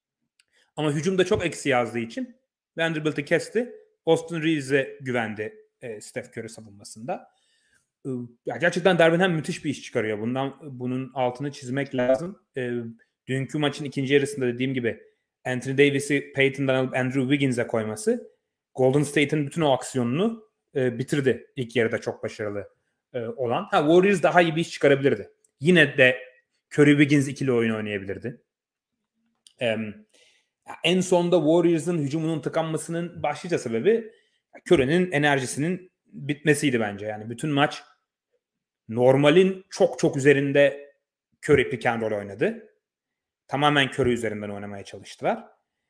Ama hücumda çok eksi yazdığı için Vanderbilt'i kesti. Austin Reeves'e güvendi e, Steph Curry savunmasında. E, ya gerçekten Darvin Ham müthiş bir iş çıkarıyor. Bundan bunun altını çizmek lazım. E, dünkü maçın ikinci yarısında dediğim gibi Anthony Davis'i Peyton'dan alıp Andrew Wiggins'e koyması Golden State'in bütün o aksiyonunu e, bitirdi. İlk yarıda çok başarılı e, olan. Ha, Warriors daha iyi bir iş çıkarabilirdi. Yine de Curry Wiggins ikili oyun oynayabilirdi. E, en sonda Warriors'ın hücumunun tıkanmasının başlıca sebebi Curry'nin enerjisinin bitmesiydi bence. Yani bütün maç normalin çok çok üzerinde Curry pick and roll oynadı. Tamamen Curry üzerinden oynamaya çalıştılar.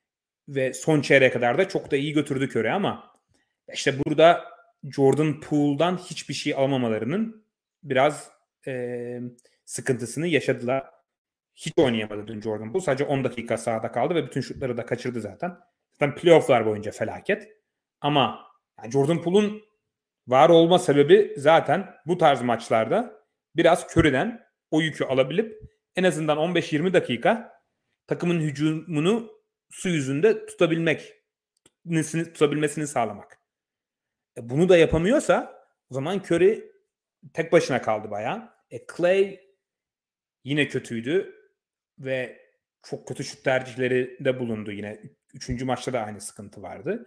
Ve son çeyreğe kadar da çok da iyi götürdü Curry ama işte burada Jordan Poole'dan hiçbir şey almamalarının biraz e, sıkıntısını yaşadılar. Hiç oynayamadı dün Jordan Poole. Sadece on dakika sahada kaldı ve bütün şutları da kaçırdı zaten. Zaten playoff'lar boyunca felaket. Ama yani Jordan Poole'un var olma sebebi zaten bu tarz maçlarda biraz Curry'den o yükü alabilip en azından on beş yirmi dakika takımın hücumunu su yüzünde tutabilmek, tutabilmesini sağlamak. E bunu da yapamıyorsa o zaman Curry tek başına kaldı bayağı. E Clay yine kötüydü ve çok kötü şut tercihleri de bulundu yine. Üçüncü maçta da aynı sıkıntı vardı.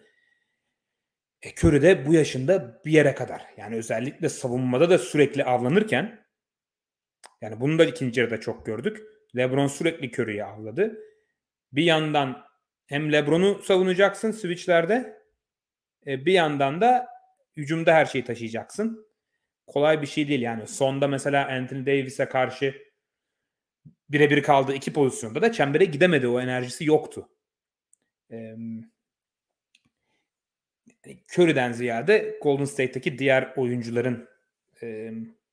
E Curry de bu yaşında bir yere kadar. Yani özellikle savunmada da sürekli avlanırken yani bunu da ikinci yarıda çok gördük. LeBron sürekli Curry'yi avladı. Bir yandan hem LeBron'u savunacaksın switchlerde bir yandan da hücumda her şeyi taşıyacaksın. Kolay bir şey değil yani. Sonda mesela Anthony Davis'e karşı birebir kaldığı iki pozisyonda da çembere gidemedi. O enerjisi yoktu. Ee, Curry'den ziyade Golden State'teki diğer oyuncuların e,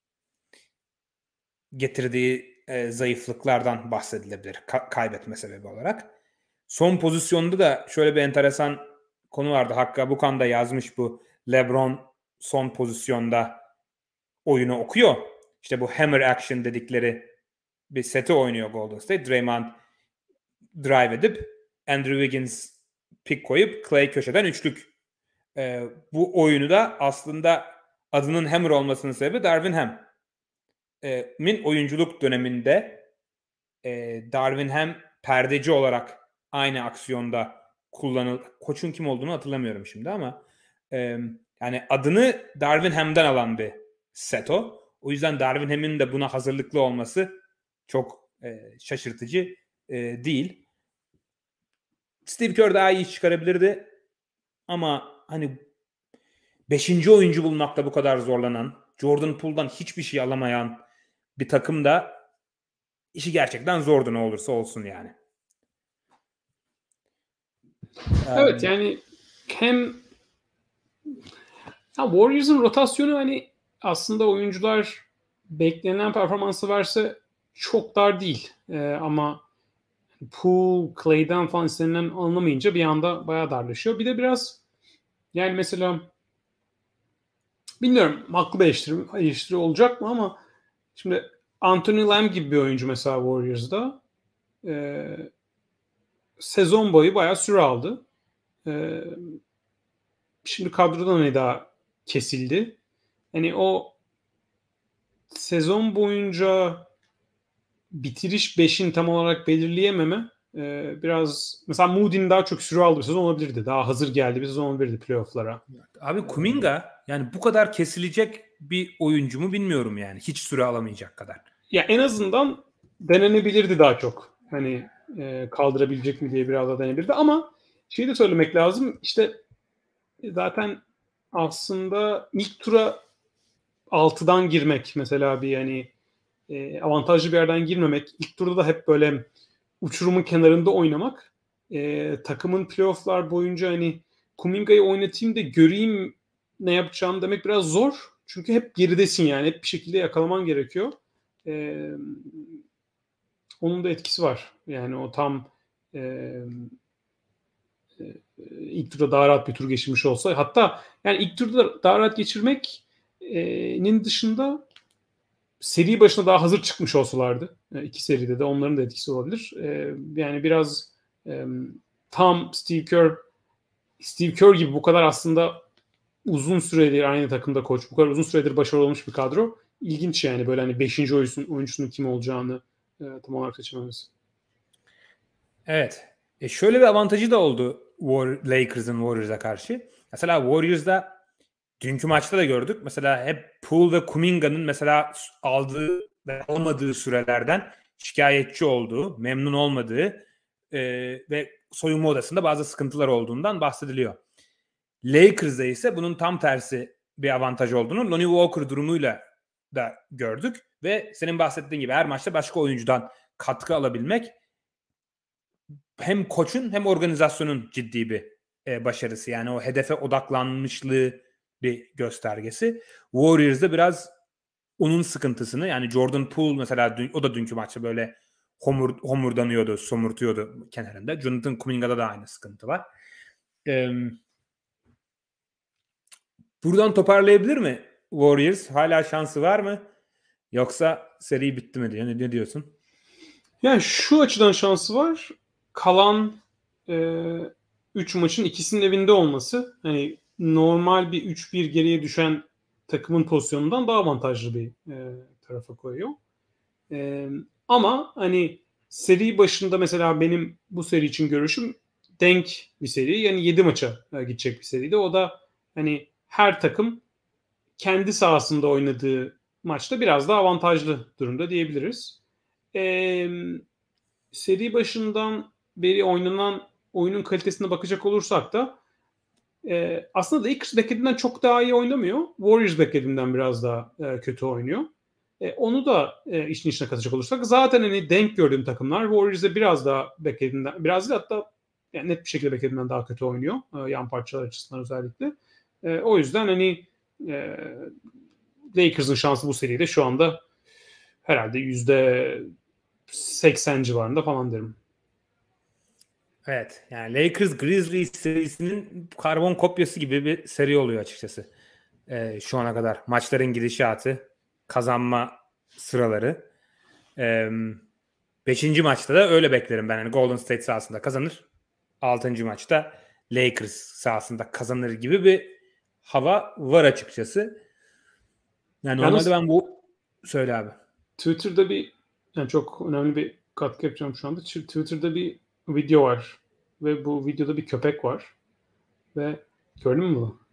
getirdiği e, zayıflıklardan bahsedilebilir. Ka- kaybetme sebebi olarak. Son pozisyonda da şöyle bir enteresan konu vardı. Hakkı Abukan da yazmış bu. LeBron son pozisyonda oyunu okuyor. İşte bu hammer action dedikleri bir seti oynuyor Golden State. Draymond drive edip Andrew Wiggins pick koyup Clay köşeden üçlük. Ee, bu oyunu da aslında adının hammer olmasının sebebi Darvin Ham'in oyunculuk döneminde e, Darvin Ham perdeci olarak aynı aksiyonda kullanıl. Koçun kim olduğunu hatırlamıyorum şimdi ama e, yani adını Darvin Ham'den alan bir set o. O yüzden Darvin Ham'in de buna hazırlıklı olması çok e, şaşırtıcı e, değil. Steve Kerr daha iyi iş çıkarabilirdi ama hani beşinci oyuncu bulmakta bu kadar zorlanan, Jordan Poole'dan hiçbir şey alamayan bir takım da işi gerçekten zordu ne olursa olsun yani. Evet yani hem ya Warriors'ın rotasyonu hani aslında oyuncular beklenen performansı verse çok dar değil. Ee, ama Poole, Clay'den falan istenilen alınamayınca bir anda bayağı darlaşıyor. Bir de biraz yani mesela bilmiyorum haklı bir eleştiri, eleştiri olacak mı ama şimdi Anthony Lamb gibi bir oyuncu mesela Warriors'da e, sezon boyu bayağı süre aldı. E, şimdi kadrodan hani daha kesildi. Hani o sezon boyunca bitiriş beşin tam olarak belirleyememe e, biraz mesela Moody'nin daha çok süre aldığı bir sezon olabilirdi. Daha hazır geldi bir sezon olabilirdi playoff'lara. Abi Kuminga yani bu kadar kesilecek bir oyuncu mu bilmiyorum yani. Hiç süre alamayacak kadar. Ya en azından denenebilirdi daha çok. Hani e, kaldırabilecek mi diye biraz daha denenebilirdi ama şeyi de söylemek lazım. İşte zaten aslında ilk tura altıdan girmek mesela bir yani e, avantajlı bir yerden girmemek. İlk turda da hep böyle uçurumun kenarında oynamak. E, takımın playofflar boyunca hani Kuminga'yı oynatayım da göreyim ne yapacağını demek biraz zor. Çünkü hep geridesin yani. Hep bir şekilde yakalaman gerekiyor. E, onun da etkisi var. Yani o tam e, e, ilk turda daha rahat bir tur geçirmiş olsa hatta yani ilk turda daha rahat geçirmenin dışında seri başına daha hazır çıkmış olsalardı iki seride de onların da etkisi olabilir. Yani biraz tam Steve Kerr Steve Kerr gibi bu kadar aslında uzun süredir aynı takımda koç, bu kadar uzun süredir başarılı olmuş bir kadro. İlginç yani böyle hani beşinci oyuncusunun, oyuncusunun kim olacağını tam olarak seçememiz. Evet. E şöyle bir avantajı da oldu War, Lakers'ın Warriors'a karşı. Mesela Warriors'da dünkü maçta da gördük. Mesela hep Poole ve Kuminga'nın mesela aldığı ve almadığı sürelerden şikayetçi olduğu, memnun olmadığı e, ve soyunma odasında bazı sıkıntılar olduğundan bahsediliyor. Lakers'da ise bunun tam tersi bir avantaj olduğunu Lonnie Walker durumuyla da gördük. Ve senin bahsettiğin gibi her maçta başka oyuncudan katkı alabilmek hem koçun hem organizasyonun ciddi bir e, başarısı. Yani o hedefe odaklanmışlığı bir göstergesi. Warriors'da biraz onun sıkıntısını yani Jordan Poole mesela dün, o da dünkü maçta böyle homur, homurdanıyordu, somurtuyordu kenarında. Jonathan Kuminga'da da aynı sıkıntı var. Ee, buradan toparlayabilir mi Warriors? Hala şansı var mı? Yoksa seri bitti mi diye ne, ne diyorsun? Yani şu açıdan şansı var. Kalan üç e, maçın ikisinin evinde olması hani normal bir üç bir geriye düşen takımın pozisyonundan daha avantajlı bir e, tarafa koyuyor. E, ama hani seri başında mesela benim bu seri için görüşüm denk bir seri. Yani yedi maça e, gidecek bir seriydi. O da hani her takım kendi sahasında oynadığı maçta biraz daha avantajlı durumda diyebiliriz. Eee seri başından beri oynanan oyunun kalitesine bakacak olursak da e, aslında Lakers beklediğinden çok daha iyi oynamıyor. Warriors beklediğinden biraz daha e, kötü oynuyor. E, onu da e, işin içine katacak olursak zaten hani denk gördüğüm takımlar Warriors'e biraz daha beklediğinden biraz değil hatta yani net bir şekilde beklediğinden daha kötü oynuyor. E, yan parçalar açısından özellikle. E, o yüzden hani e, Lakers'ın şansı bu seride şu anda herhalde yüzde seksen civarında falan derim. Evet. Yani Lakers Grizzlies serisinin karbon kopyası gibi bir seri oluyor açıkçası. Ee, şu ana kadar. Maçların gidişatı, kazanma sıraları. Ee, beşinci maçta da öyle beklerim ben. Yani Golden State sahasında kazanır. Altıncı maçta Lakers sahasında kazanır gibi bir hava var açıkçası. Yani Yalnız normalde ben bu... Söyle abi. Twitter'da bir yani çok önemli bir katkı yapacağım şu anda. Twitter'da bir video var ve bu videoda bir köpek var ve gördün mü bunu?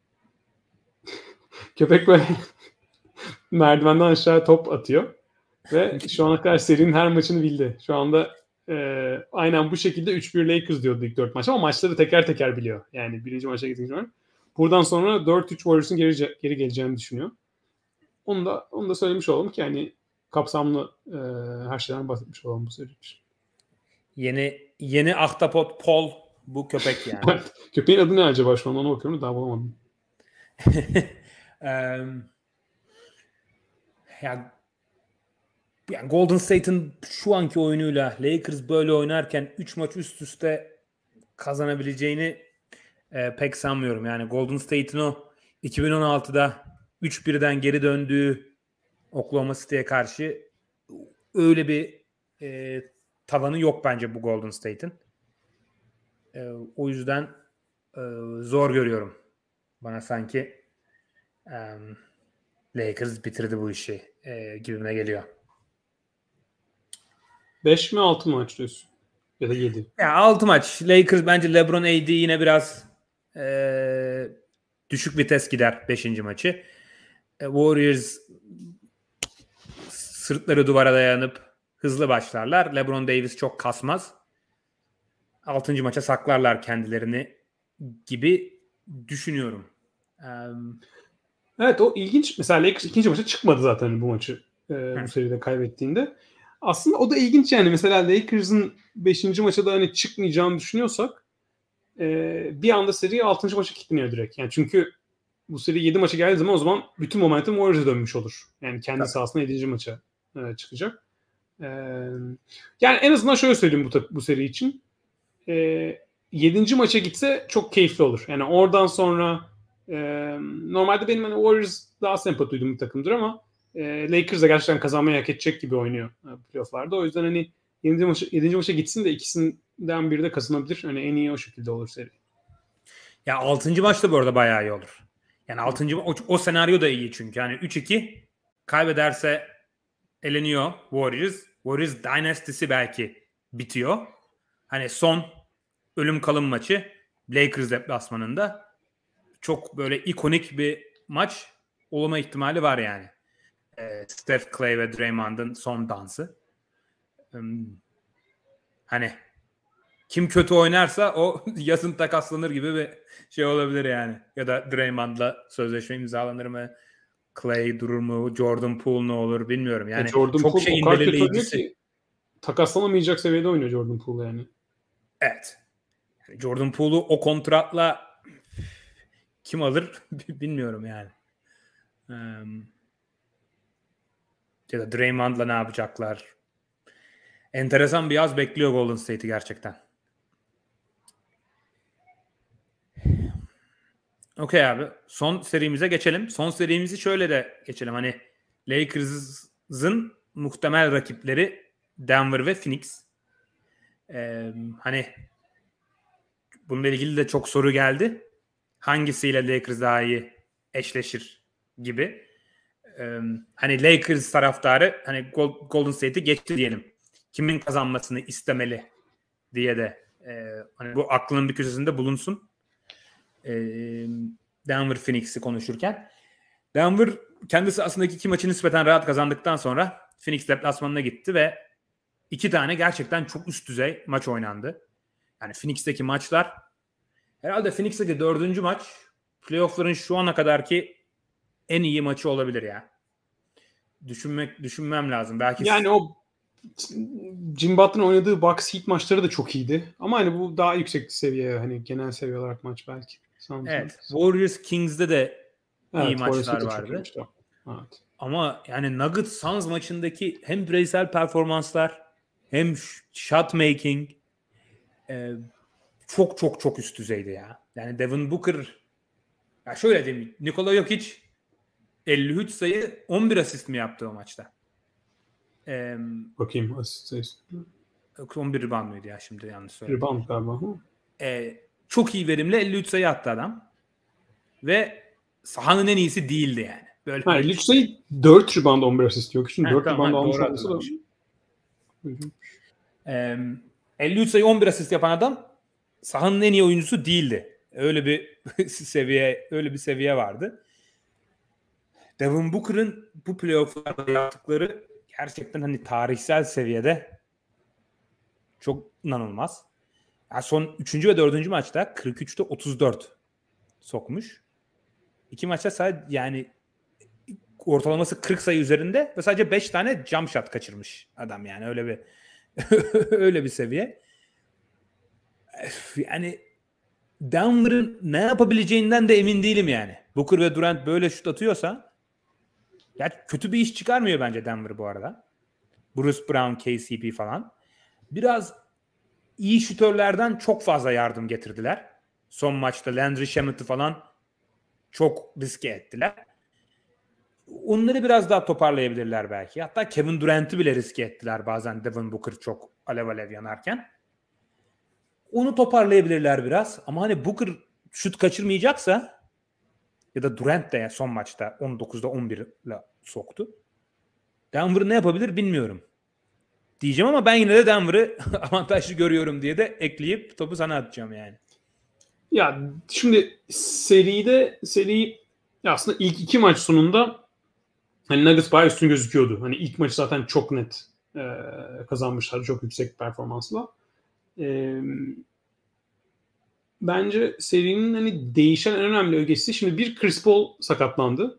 Köpek böyle merdivenden aşağı top atıyor ve şu ana kadar serinin her maçını bildi. Şu anda e, aynen bu şekilde üç bir Lakers diyordu ilk dört maç ama maçları teker teker biliyor. Yani birinci maça gidince var. Buradan sonra dört üç Warriors'ın geri, geri geleceğini düşünüyor. Onu da onu da söylemiş olalım ki yani kapsamlı e, her şeyden bahsetmiş olalım bu seri için. Yeni yeni ahtapot Paul bu köpek yani. Köpeğin adı ne acaba şu an onu bakıyorum daha bulamadım. um, ya yani Golden State'in şu anki oyunuyla Lakers böyle oynarken üç maç üst üste kazanabileceğini e, pek sanmıyorum. Yani Golden State'in o iki bin on altıda üç birden geri döndüğü Oklahoma City'ye karşı öyle bir e, tavanı yok bence bu Golden State'in. E, o yüzden e, zor görüyorum. Bana sanki e, Lakers bitirdi bu işi e, gibime geliyor. beş mi altı maç diyorsun? Ya da yedi. Ya altı maç. Lakers bence LeBron A D yine biraz e, düşük vites gider beşinci maçı. E, Warriors sırtları duvara dayanıp hızlı başlarlar. LeBron Davis çok kasmaz. altıncı maça saklarlar kendilerini gibi düşünüyorum. Um, Evet, o ilginç. Mesela Lakers ikinci maça çıkmadı zaten bu maçı e, bu seride kaybettiğinde. Aslında o da ilginç yani. Mesela Lakers'ın beşinci maça da hani çıkmayacağını düşünüyorsak e, bir anda seri altıncı maça kilitleniyor direkt. Yani çünkü bu seri yedi maça geldiği zaman o zaman bütün momentum Warriors'a dönmüş olur. Yani kendi Tabii. sahasında yedinci maça e, çıkacak. E, yani en azından şöyle söyleyeyim bu, bu seri için. E, yedinci maça gitse çok keyifli olur. Yani oradan sonra e, normalde benim hani Warriors daha sempati duyduğum bir takımdır ama e, Lakers da gerçekten kazanmayı hak edecek gibi oynuyor e, playoff'larda. O yüzden hani yedinci maça, yedinci maça gitsin de ikisinden biri de kazanabilir. Hani en iyi o şekilde olur seri. Ya altıncı maçta bu arada bayağı iyi olur. Yani altıncı o, o senaryo da iyi çünkü. Yani üç iki kaybederse eleniyor Warriors. Warriors Dynasty'si belki bitiyor. Hani son ölüm kalım maçı Lakers deplasmanında çok böyle ikonik bir maç olma ihtimali var yani. Ee, Steph Clay ve Draymond'ın son dansı. Hmm. Hani kim kötü oynarsa o yazın takaslanır gibi bir şey olabilir yani. Ya da Draymond'la sözleşme imzalanır mı? Clay durur mu? Jordan Poole ne olur bilmiyorum. Yani e Jordan çok Poole şeyin o kadar kötü oynuyor belirleyicisi. ki takaslanamayacak seviyede oynuyor Jordan Poole yani. Evet. Yani Jordan Poole'u o kontratla kim alır bilmiyorum yani. Um, ya da Draymond'la ne yapacaklar? Enteresan bir yaz bekliyor Golden State'i gerçekten. Okey abi. Son serimize geçelim. Son serimizi şöyle de geçelim. Hani Lakers'ın muhtemel rakipleri Denver ve Phoenix. Ee, hani bununla ilgili de çok soru geldi. Hangisiyle Lakers daha iyi eşleşir gibi. Ee, hani Lakers taraftarı hani Golden State'i geçti diyelim. Kimin kazanmasını istemeli diye de e, hani bu aklının bir köşesinde bulunsun. E, Denver Phoenix'i konuşurken. Denver kendisi aslında iki maçı nispeten rahat kazandıktan sonra Phoenix deplasmanına gitti ve iki tane gerçekten çok üst düzey maç oynandı. Yani Phoenix'teki maçlar herhalde Phoenix'teki dördüncü maç playoff'ların şu ana kadarki en iyi maçı olabilir ya. Düşünmek düşünmem lazım. Belki yani o Jim Butler'ın oynadığı Bucks Heat maçları da çok iyiydi. Ama hani bu daha yüksek seviye, hani genel seviye olarak maç belki. Sanırım. Evet. Warriors Kings'de de evet, iyi maçlar vardı. Evet. Ama yani Nuggets Suns maçındaki hem bireysel performanslar hem shot making e, çok çok çok üst düzeydi ya. Yani Devin Booker, ya şöyle diyeyim, Nikola Jokic elli üç sayı on bir asist mi yaptı o maçta? Ee, Bakayım asist sayısı. on bir rebound mıydı ya, şimdi yanlış söyledim. Rebound galiba. Ee, çok iyi verimle elli üç sayı attı adam. Ve sahanın en iyisi değildi yani. Böyle ha, elli üç sayı dört rebound on bir asist yok. Şimdi dört tamam, rebound almış doğru olması da. Ee, elli üç sayı on bir asist yapan adam sahanın en iyi oyuncusu değildi. Öyle bir seviye, öyle bir seviye vardı. Devin Booker'ın bu playoff'larda yaptıkları gerçekten hani tarihsel seviyede çok inanılmaz. Yani son üçüncü ve dördüncü maçta kırk üçte otuz dört sokmuş. İki maçta sadece yani ortalaması kırk sayı üzerinde ve sadece beş tane jump shot kaçırmış adam, yani öyle bir öyle bir seviye. Yani Denver'ın ne yapabileceğinden de emin değilim yani. Booker ve Durant böyle şut atıyorsa, ya kötü bir iş çıkarmıyor bence Denver bu arada. Bruce Brown, K C P falan. Biraz iyi şütörlerden çok fazla yardım getirdiler. Son maçta Landry Shamet'ı falan çok riske ettiler. Onları biraz daha toparlayabilirler belki. Hatta Kevin Durant'ı bile riske ettiler bazen Devin Booker çok alev alev yanarken. Onu toparlayabilirler biraz. Ama hani Booker şut kaçırmayacaksa ya da Durant de son maçta on dokuzda on bir ile soktu. Denver ne yapabilir bilmiyorum. Diyeceğim ama ben yine de Denver'ı avantajlı görüyorum diye de ekleyip topu sana atacağım yani. Ya şimdi seride seri aslında ilk iki maç sonunda hani Nuggets bayağı üstün gözüküyordu. Hani ilk maçı zaten çok net e, kazanmışlar. Çok yüksek performansla. E, bence serinin hani değişen en önemli ögesi şimdi bir Chris Paul sakatlandı.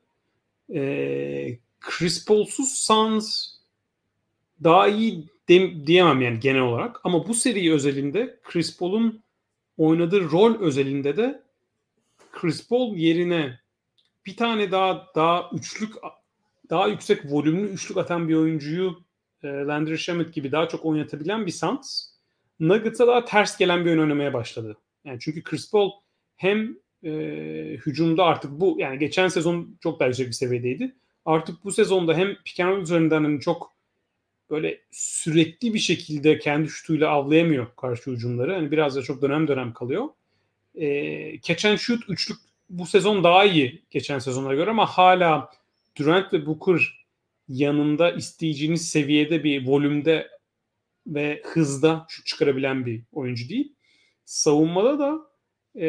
E, Chris Paul'suz Suns daha iyi de, diyemem yani genel olarak. Ama bu seri özelinde Chris Paul'un oynadığı rol özelinde de Chris Paul yerine bir tane daha daha üçlük daha yüksek volümlü üçlük atan bir oyuncuyu e, Landry Shamet gibi daha çok oynatabilen bir Suns Nuggets'a daha ters gelen bir oyun oynamaya başladı. Yani çünkü Chris Paul hem e, hücumda artık bu yani geçen sezon çok daha yüksek bir seviyedeydi. Artık bu sezonda hem pick and roll üzerinden hani çok böyle sürekli bir şekilde kendi şutuyla avlayamıyor karşı hücumları. Hani biraz da çok dönem dönem kalıyor. E, catch and shoot üçlük bu sezon daha iyi geçen sezonlara göre ama hala Durant ve Booker yanında isteyeceğiniz seviyede bir volümde ve hızda şut çıkarabilen bir oyuncu değil. Savunmada da e,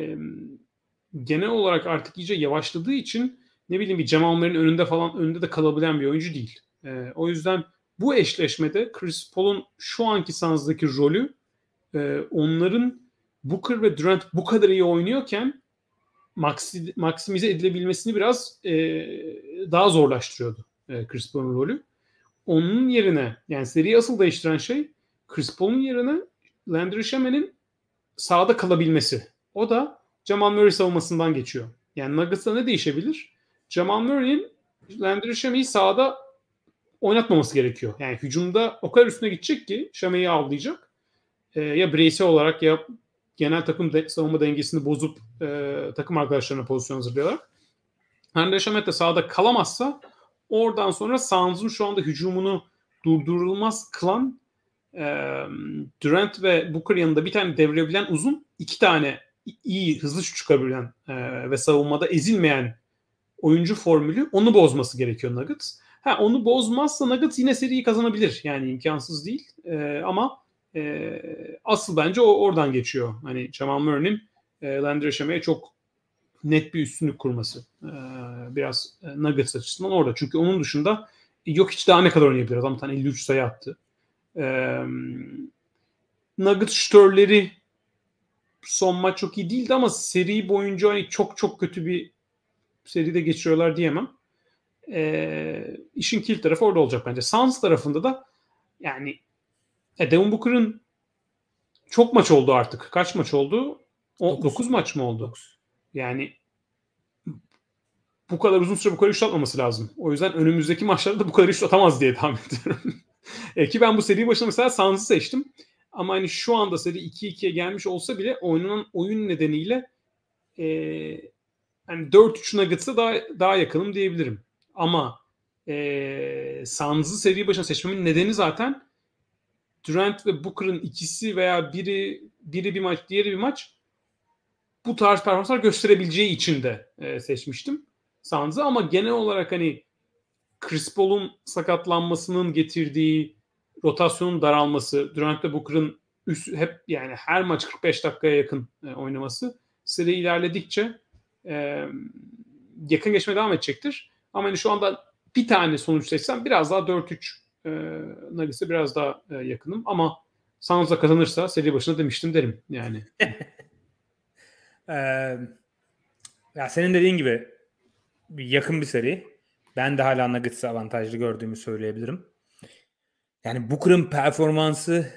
genel olarak artık iyice yavaşladığı için ne bileyim bir Jamal Murray'in önünde falan önünde de kalabilen bir oyuncu değil. E, o yüzden bu eşleşmede Chris Paul'un şu anki Suns'daki rolü e, onların Booker ve Durant bu kadar iyi oynuyorken maksi, maksimize edilebilmesini biraz e, daha zorlaştırıyordu e, Chris Paul'un rolü. Onun yerine yani seriyi asıl değiştiren şey Chris Paul'un yerine Landry Shamet'in sahada kalabilmesi. O da Jamal Murray savunmasından geçiyor. Yani Nuggets'ta ne değişebilir? Jamal Murray'in Landry Shamet'i sahada oynatmaması gerekiyor. Yani hücumda o kadar üstüne gidecek ki Shamet'i avlayacak. E, ya bireysel olarak ya genel takım de, savunma dengesini bozup e, takım arkadaşlarına pozisyon hazırlıyorlar. Landry Shamet de sahada kalamazsa oradan sonra Suns'un şu anda hücumunu durdurulmaz kılan e, Durant ve Booker yanında bir tane devrebilen uzun, iki tane iyi hızlı şut çıkabilen e, ve savunmada ezilmeyen oyuncu formülü onu bozması gerekiyor Nuggets. Ha, onu bozmazsa Nuggets yine seriyi kazanabilir. Yani imkansız değil. E, ama e, asıl bence o oradan geçiyor. Hani Jamal Murray'nin e, Landry Shamet'e çok net bir üstünlük kurması. E, biraz Nuggets açısından orada. Çünkü onun dışında yok hiç daha ne kadar oynayabilir. Adam tane elli üç sayı attı. E, Nuggets şütörleri son maç çok iyi değildi ama seri boyunca hani çok çok kötü bir seride geçiriyorlar diyemem. E, işin kilit tarafı orada olacak bence. Suns tarafında da yani e, Devin Booker'ın çok maç oldu artık. Kaç maç oldu? dokuz maç mı oldu? dokuz. Yani bu kadar uzun süre bu kadar şut atmaması lazım. O yüzden önümüzdeki maçlarda da bu kadar şut atamaz diye tahmin ediyorum. e, ki ben bu seri başında mesela Suns'ı seçtim. Ama hani şu anda seri iki ikiye gelmiş olsa bile oynanan oyun nedeniyle e, hani dört üç Nuggets'a daha, daha yakınım diyebilirim. Ama e, Suns'ı seri başına seçmemin nedeni zaten Durant ve Booker'ın ikisi veya biri biri bir maç, diğeri bir maç bu tarz performanslar gösterebileceği için de e, seçmiştim Suns'ı. Ama genel olarak hani Chris Paul'un sakatlanmasının getirdiği rotasyonun daralması, Durant ve Booker'ın üst, hep yani her maç kırk beş dakikaya yakın e, oynaması seri ilerledikçe e, yakın geçmeye devam edecektir. Ama hani şu anda bir tane sonuç seçsem biraz daha dört üç e, Nuggets'e biraz daha e, yakınım. Ama Suns'la kazanırsa seri başına demiştim derim yani. ee, ya senin dediğin gibi yakın bir seri. Ben de hala Nuggets'ı avantajlı gördüğümü söyleyebilirim. Yani Booker'ın performansı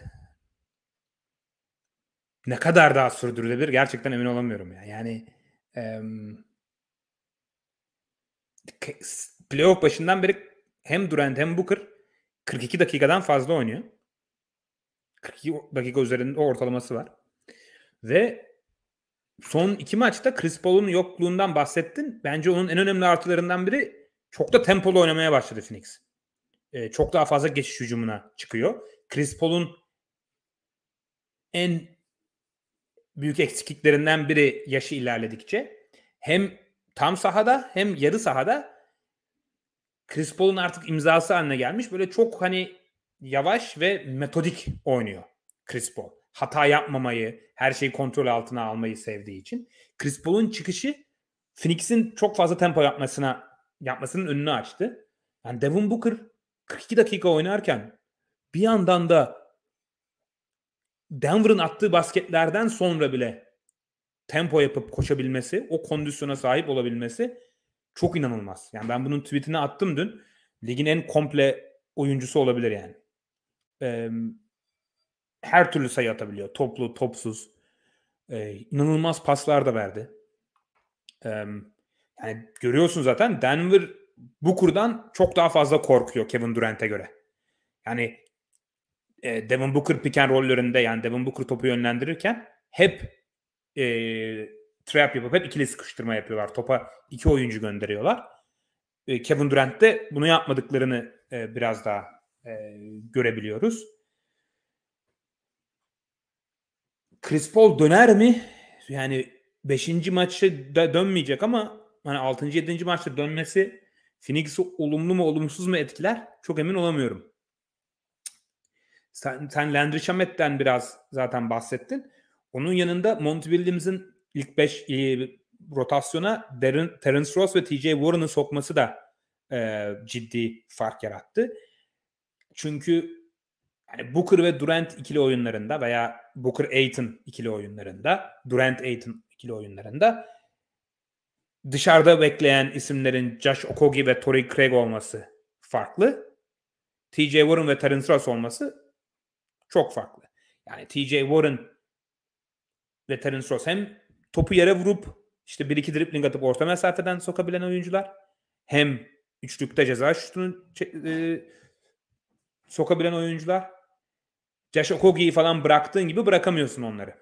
ne kadar daha sürdürülebilir gerçekten emin olamıyorum ya. Yani em, playoff başından beri hem Durant hem Booker kırk iki dakikadan fazla oynuyor. kırk iki dakika üzerinde ortalaması var. Ve son iki maçta Chris Paul'un yokluğundan bahsettin. Bence onun en önemli artılarından biri çok da tempolu oynamaya başladı Phoenix. Ee, çok daha fazla geçiş hücumuna çıkıyor. Chris Paul'un en büyük eksikliklerinden biri yaşı ilerledikçe hem tam sahada hem yarı sahada Chris Paul'un artık imzası haline gelmiş. Böyle çok hani yavaş ve metodik oynuyor Chris Paul. Hata yapmamayı, her şeyi kontrol altına almayı sevdiği için. Chris Paul'un çıkışı Phoenix'in çok fazla tempo yapmasına yapmasının önünü açtı. Yani Devin Booker kırk iki dakika oynarken bir yandan da Denver'ın attığı basketlerden sonra bile tempo yapıp koşabilmesi, o kondisyona sahip olabilmesi çok inanılmaz. Yani ben bunun tweetini attım dün. Ligin en komple oyuncusu olabilir yani. Ee, her türlü sayı atabiliyor. Toplu, topsuz. Ee, inanılmaz paslar da verdi. Ee, yani görüyorsun zaten Denver Booker'dan çok daha fazla korkuyor Kevin Durant'e göre. Yani e, Devin Booker pick and roll'lerinde, yani Devin Booker topu yönlendirirken hep e, trap yapıp hep ikili sıkıştırma yapıyorlar. Topa iki oyuncu gönderiyorlar. E, Kevin Durant'te bunu yapmadıklarını e, biraz daha e, görebiliyoruz. Chris Paul döner mi? Yani beşinci maçta da dönmeyecek ama hani altıncı yedinci maçta dönmesi Phoenix'i olumlu mu olumsuz mu etkiler? Çok emin olamıyorum. Sen, sen Landry Shamet'ten biraz zaten bahsettin. Onun yanında Monty Williams'ın ilk beş e, rotasyona Darren, Terence Ross ve T J Warren'ı sokması da e, ciddi fark yarattı. Çünkü yani Booker ve Durant ikili oyunlarında veya Booker Ayton ikili oyunlarında, Durant Ayton ikili oyunlarında dışarıda bekleyen isimlerin Josh Okogie ve Torrey Craig olması farklı. T J Warren ve Terence Ross olması çok farklı. Yani T J Warren ve Terence Ross hem topu yere vurup işte bir iki dribbling atıp orta mesafeden sokabilen oyuncular, hem üçlükte ceza şutunu e, sokabilen oyuncular. Josh Okogie'yi falan bıraktığın gibi bırakamıyorsun onları.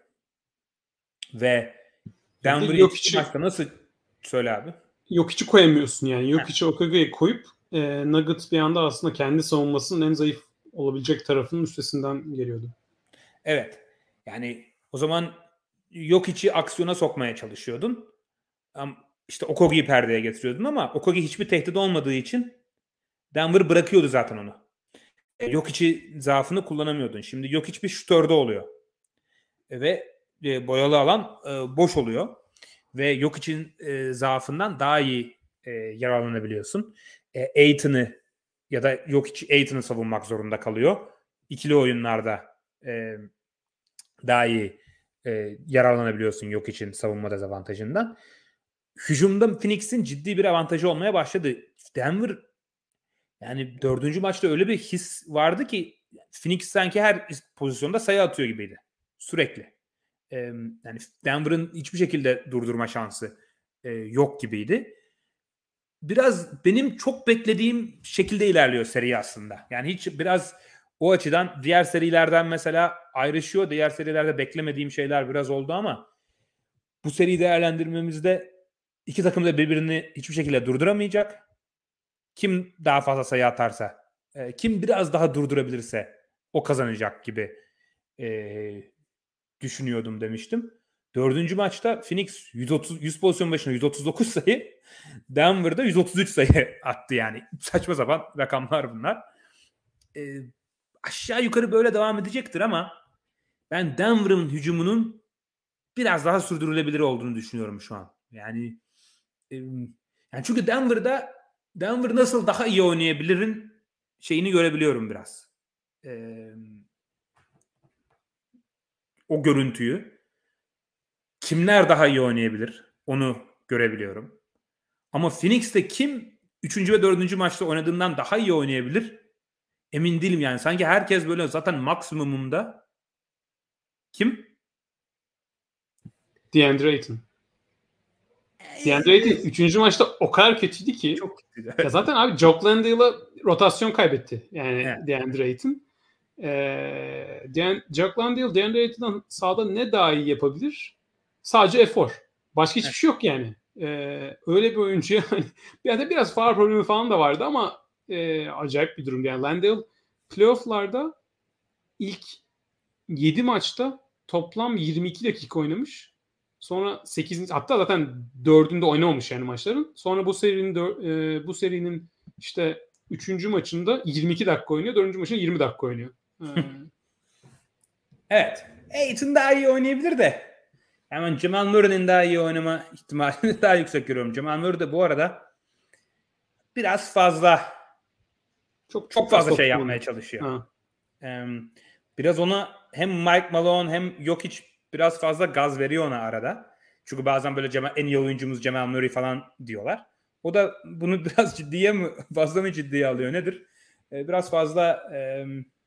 Ve Denver'ı yok iki maçta nasıl söyle abi? Yok içi koyamıyorsun yani. Yok içi Okogie'yi koyup e, Nuggets bir anda aslında kendi savunmasının en zayıf olabilecek tarafının üstesinden geliyordu. Evet. Yani o zaman yok içi aksiyona sokmaya çalışıyordun. İşte Okogie'yi perdeye getiriyordun ama Okogie hiçbir tehdit olmadığı için Denver bırakıyordu zaten onu. Yok içi zaafını kullanamıyordun. Şimdi yok hiç bir şutörde oluyor. Ve e, boyalı alan e, boş oluyor. Ve yok için e, zaafından daha iyi e, yararlanabiliyorsun. E, Ayton'ı ya da yok içi Ayton'ı savunmak zorunda kalıyor. İkili oyunlarda e, daha iyi e, yararlanabiliyorsun yok için savunma dezavantajından. Hücumda Phoenix'in ciddi bir avantajı olmaya başladı. Denver yani dördüncü maçta öyle bir his vardı ki Phoenix sanki her pozisyonda sayı atıyor gibiydi. Sürekli. Ee, yani Denver'ın hiçbir şekilde durdurma şansı e, yok gibiydi. Biraz benim çok beklediğim şekilde ilerliyor seri aslında. Yani hiç biraz o açıdan diğer serilerden mesela ayrışıyor. Diğer serilerde beklemediğim şeyler biraz oldu ama bu seriyi değerlendirmemizde iki takım da birbirini hiçbir şekilde durduramayacak. Kim daha fazla sayı atarsa, e, kim biraz daha durdurabilirse o kazanacak gibi e, düşünüyordum demiştim. Dördüncü maçta Phoenix yüz otuz, yüz pozisyon başına yüz otuz dokuz sayı, Denver'da yüz otuz üç sayı attı yani. Saçma sapan rakamlar bunlar. E, aşağı yukarı böyle devam edecektir ama ben Denver'ın hücumunun biraz daha sürdürülebilir olduğunu düşünüyorum şu an. Yani, e, yani çünkü Denver'da Denver nasıl daha iyi oynayabilirin şeyini görebiliyorum biraz. Ee, o görüntüyü. Kimler daha iyi oynayabilir? Onu görebiliyorum. Ama Phoenix'te kim üçüncü ve dördüncü maçta oynadığından daha iyi oynayabilir? Emin değilim yani. Sanki herkes böyle zaten maksimumunda. Kim? DeAndre Ayton. DeAndre Ayton üçüncü maçta o kadar kötüydü ki. Çok kötüydü. Ya zaten abi Jock Landale'a rotasyon kaybetti. Yani Evet. DeAndre Ayton. Ee, Dean, Jack Landale, DeAndre Ayton'dan sahada ne daha iyi yapabilir? Sadece efor. Başka hiçbir Evet. şey yok yani. Ee, öyle bir oyuncuya hani bir de biraz faul problemi falan da vardı ama e, acayip bir durum. Yani Landale playoff'larda ilk yedi maçta toplam yirmi iki dakika oynamış. Sonra sekizinci hatta zaten dördünde oynamamış yani maçların. Sonra bu serinin e, bu serinin işte üçüncü maçında yirmi iki dakika oynuyor. dördüncü maçında yirmi dakika oynuyor. Ee, Evet. Ayton daha iyi oynayabilir de. Hemen Jamal Murray'nin daha iyi oynama ihtimalini daha yüksek görüyorum. Jamal Murray de bu arada biraz fazla çok çok çok az fazla top şey kullanıyor. yapmaya çalışıyor. Ha. Ee, biraz ona hem Mike Malone hem Jokic biraz fazla gaz veriyor ona arada. Çünkü bazen böyle Cemal, en iyi oyuncumuz Jamal Murray falan diyorlar. O da bunu biraz ciddiye mi fazla mı ciddiye alıyor nedir? Ee, biraz fazla e,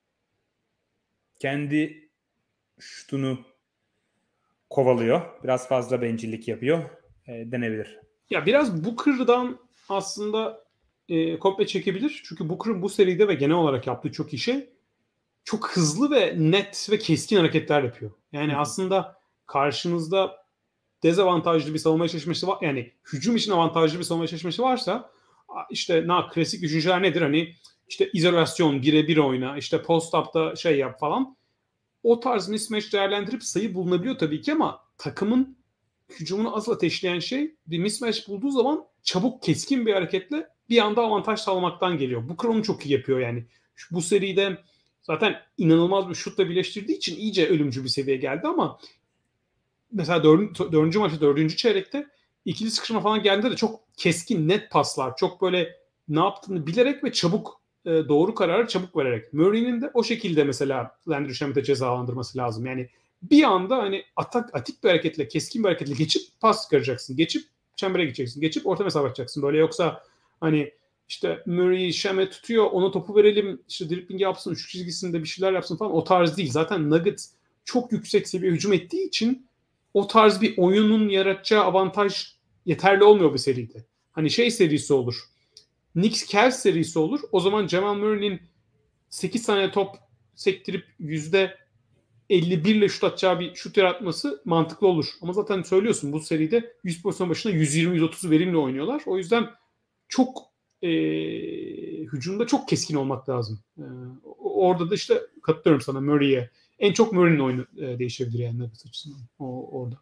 kendi şutunu kovalıyor. Biraz fazla bencillik yapıyor. E, denebilir. Ya biraz Booker'dan aslında e, kopya çekebilir. Çünkü Booker'ın bu seride ve genel olarak yaptığı çok iyi şey çok hızlı ve net ve keskin hareketler yapıyor. Yani Hı hı. aslında karşınızda dezavantajlı bir savunma eşleşmesi var. Yani hücum için avantajlı bir savunma eşleşmesi varsa işte na klasik düşünceler nedir? Hani işte izolasyon, birebir oyna, işte post-up'ta şey yap falan. O tarz mismatch değerlendirip sayı bulunabiliyor tabii ki ama takımın hücumunu asıl ateşleyen şey bir mismatch bulduğu zaman çabuk keskin bir hareketle bir anda avantaj sağlamaktan geliyor. Booker onu çok iyi yapıyor yani. Bu seride zaten inanılmaz bir şutla birleştirdiği için iyice ölümcül bir seviyeye geldi ama mesela dördüncü, dördüncü maçta, dördüncü çeyrekte ikili sıkışma falan geldiğinde de çok keskin, net paslar. Çok böyle ne yaptığını bilerek ve çabuk e, doğru kararı çabuk vererek. Murray'nin de o şekilde mesela Landry Shamet'e cezalandırması lazım. Yani bir anda hani atak, atik bir hareketle, keskin bir hareketle geçip pas çıkaracaksın. Geçip çembere gideceksin. Geçip orta mesafe atacaksın. Böyle yoksa hani işte Murray, Shamet tutuyor, ona topu verelim, işte dribbling yapsın, üçlük çizgisinde bir şeyler yapsın falan. O tarz değil. Zaten Nuggets çok yüksek seviye hücum ettiği için o tarz bir oyunun yaratacağı avantaj yeterli olmuyor bir seride. Hani şey serisi olur. Knicks Cavs serisi olur. O zaman Jamal Murray'nin sekiz tane top sektirip yüzde elli bir ile şut atacağı bir şut yaratması mantıklı olur. Ama zaten söylüyorsun bu seride yüz pozisyon başına yüz yirmi yüz otuz verimle oynuyorlar. O yüzden çok e, hücumda çok keskin olmak lazım. E, orada da işte katılıyorum sana Murray'e. En çok Murray'nin oyunu e, değişebilir yani Nuggets açısından. O, orada.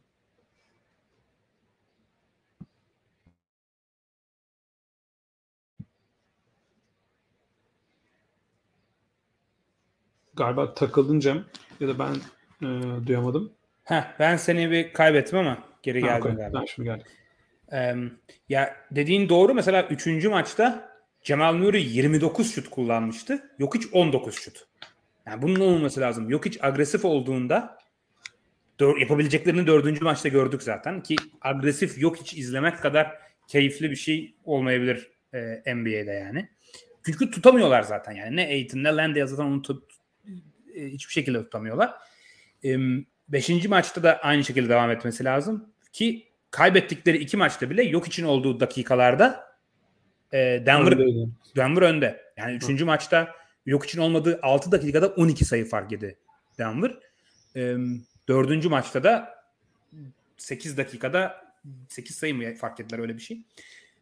Galiba takıldın Cem. Ya da ben e, duyamadım. Heh, ben seni bir kaybettim ama geri Ha, geldin okay. galiba. Ben şimdi geldim. Ee, ya dediğin doğru. Mesela üçüncü maçta Jamal Murray yirmi dokuz şut kullanmıştı. Jokic on dokuz şut. Yani bunun olmaması lazım. Jokic agresif olduğunda dör, yapabileceklerini dördüncü maçta gördük zaten. Ki agresif Jokic izlemek kadar keyifli bir şey olmayabilir e, N B A'de yani. Çünkü tutamıyorlar zaten yani. Ne Ayton ne Landale zaten onu tut, e, hiçbir şekilde tutamıyorlar. E, beşinci maçta da aynı şekilde devam etmesi lazım. Ki kaybettikleri iki maçta bile yok için olduğu dakikalarda e, Denver, Öndeydi. Denver önde. Yani üçüncü maçta yok için olmadığı altı dakikada on iki sayı fark yedi Denver. E, dördüncü maçta da sekiz dakikada sekiz sayı mı fark ettiler öyle bir şey.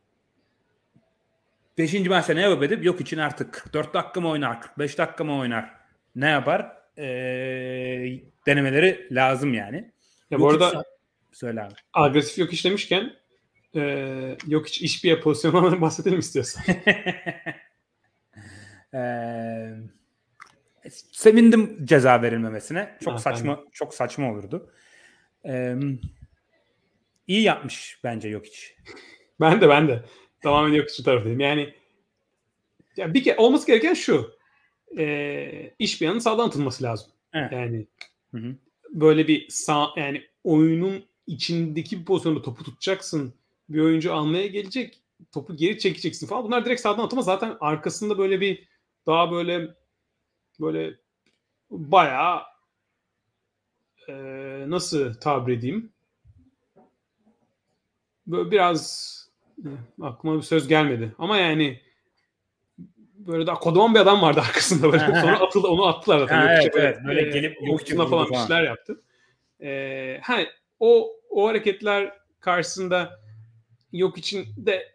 Beşinci maçta ne yapıp yok için artık kırk dört dakika mı oynar, kırk beş dakika mı oynar, ne yapar? Ee, denemeleri lazım yani. Ya bu yok arada hiç... Söyle abi. agresif yok iş demişken e, yok hiç iş bir pozisyonlardan bahsedelim istiyorsan. ee, sevindim ceza verilmemesine. Çok Ha, saçma ben çok saçma olurdu. Ee, iyi yapmış bence yok hiç. Ben de ben de tamamen yok şu taraftayım. Yani ya bir kere olması gereken şu. E, iş bir yanın sağdan atılması lazım. Evet. Yani Hı hı. böyle bir sağ yani oyunun içindeki bir pozisyonda topu tutacaksın. Bir oyuncu almaya gelecek. Topu geri çekeceksin falan. Bunlar direkt sağdan atılmaz. Zaten arkasında böyle bir daha böyle böyle bayağı e, nasıl tabir edeyim? Böyle biraz e, aklıma bir söz gelmedi. Ama yani böyle daha kocaman bir adam vardı arkasında böyle. Sonra atıldı, onu attılar zaten. Ha, yok evet, böyle, evet. Böyle e, gelip yok omzuna falan bir şeyler yaptı. E, ha, o o hareketler karşısında yok için de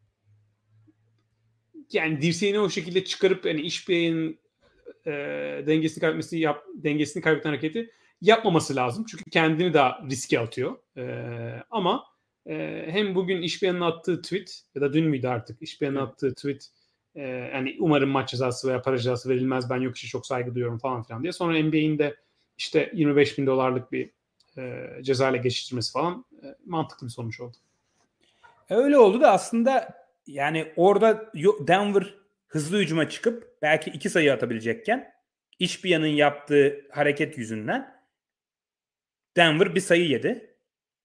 yani dirseğini o şekilde çıkarıp hani iş beyin e, dengesini kaybetmesi yap, dengesini kaybeten hareketi yapmaması lazım. Çünkü kendini daha riske atıyor. E, ama e, hem bugün İşbeyan'ın attığı tweet ya da dün müydü artık İşbeyan'ın attığı tweet e, yani umarım maç cezası veya para cezası verilmez, ben yok işe çok saygı duyuyorum falan filan diye. Sonra N B A'in de işte yirmi beş bin dolarlık bir e, cezayla geçiştirmesi falan e, mantıklı bir sonuç oldu. Öyle oldu da aslında yani orada Denver hızlı hücuma çıkıp belki iki sayı atabilecekken İşbeyan'ın yaptığı hareket yüzünden Denver bir sayı yedi.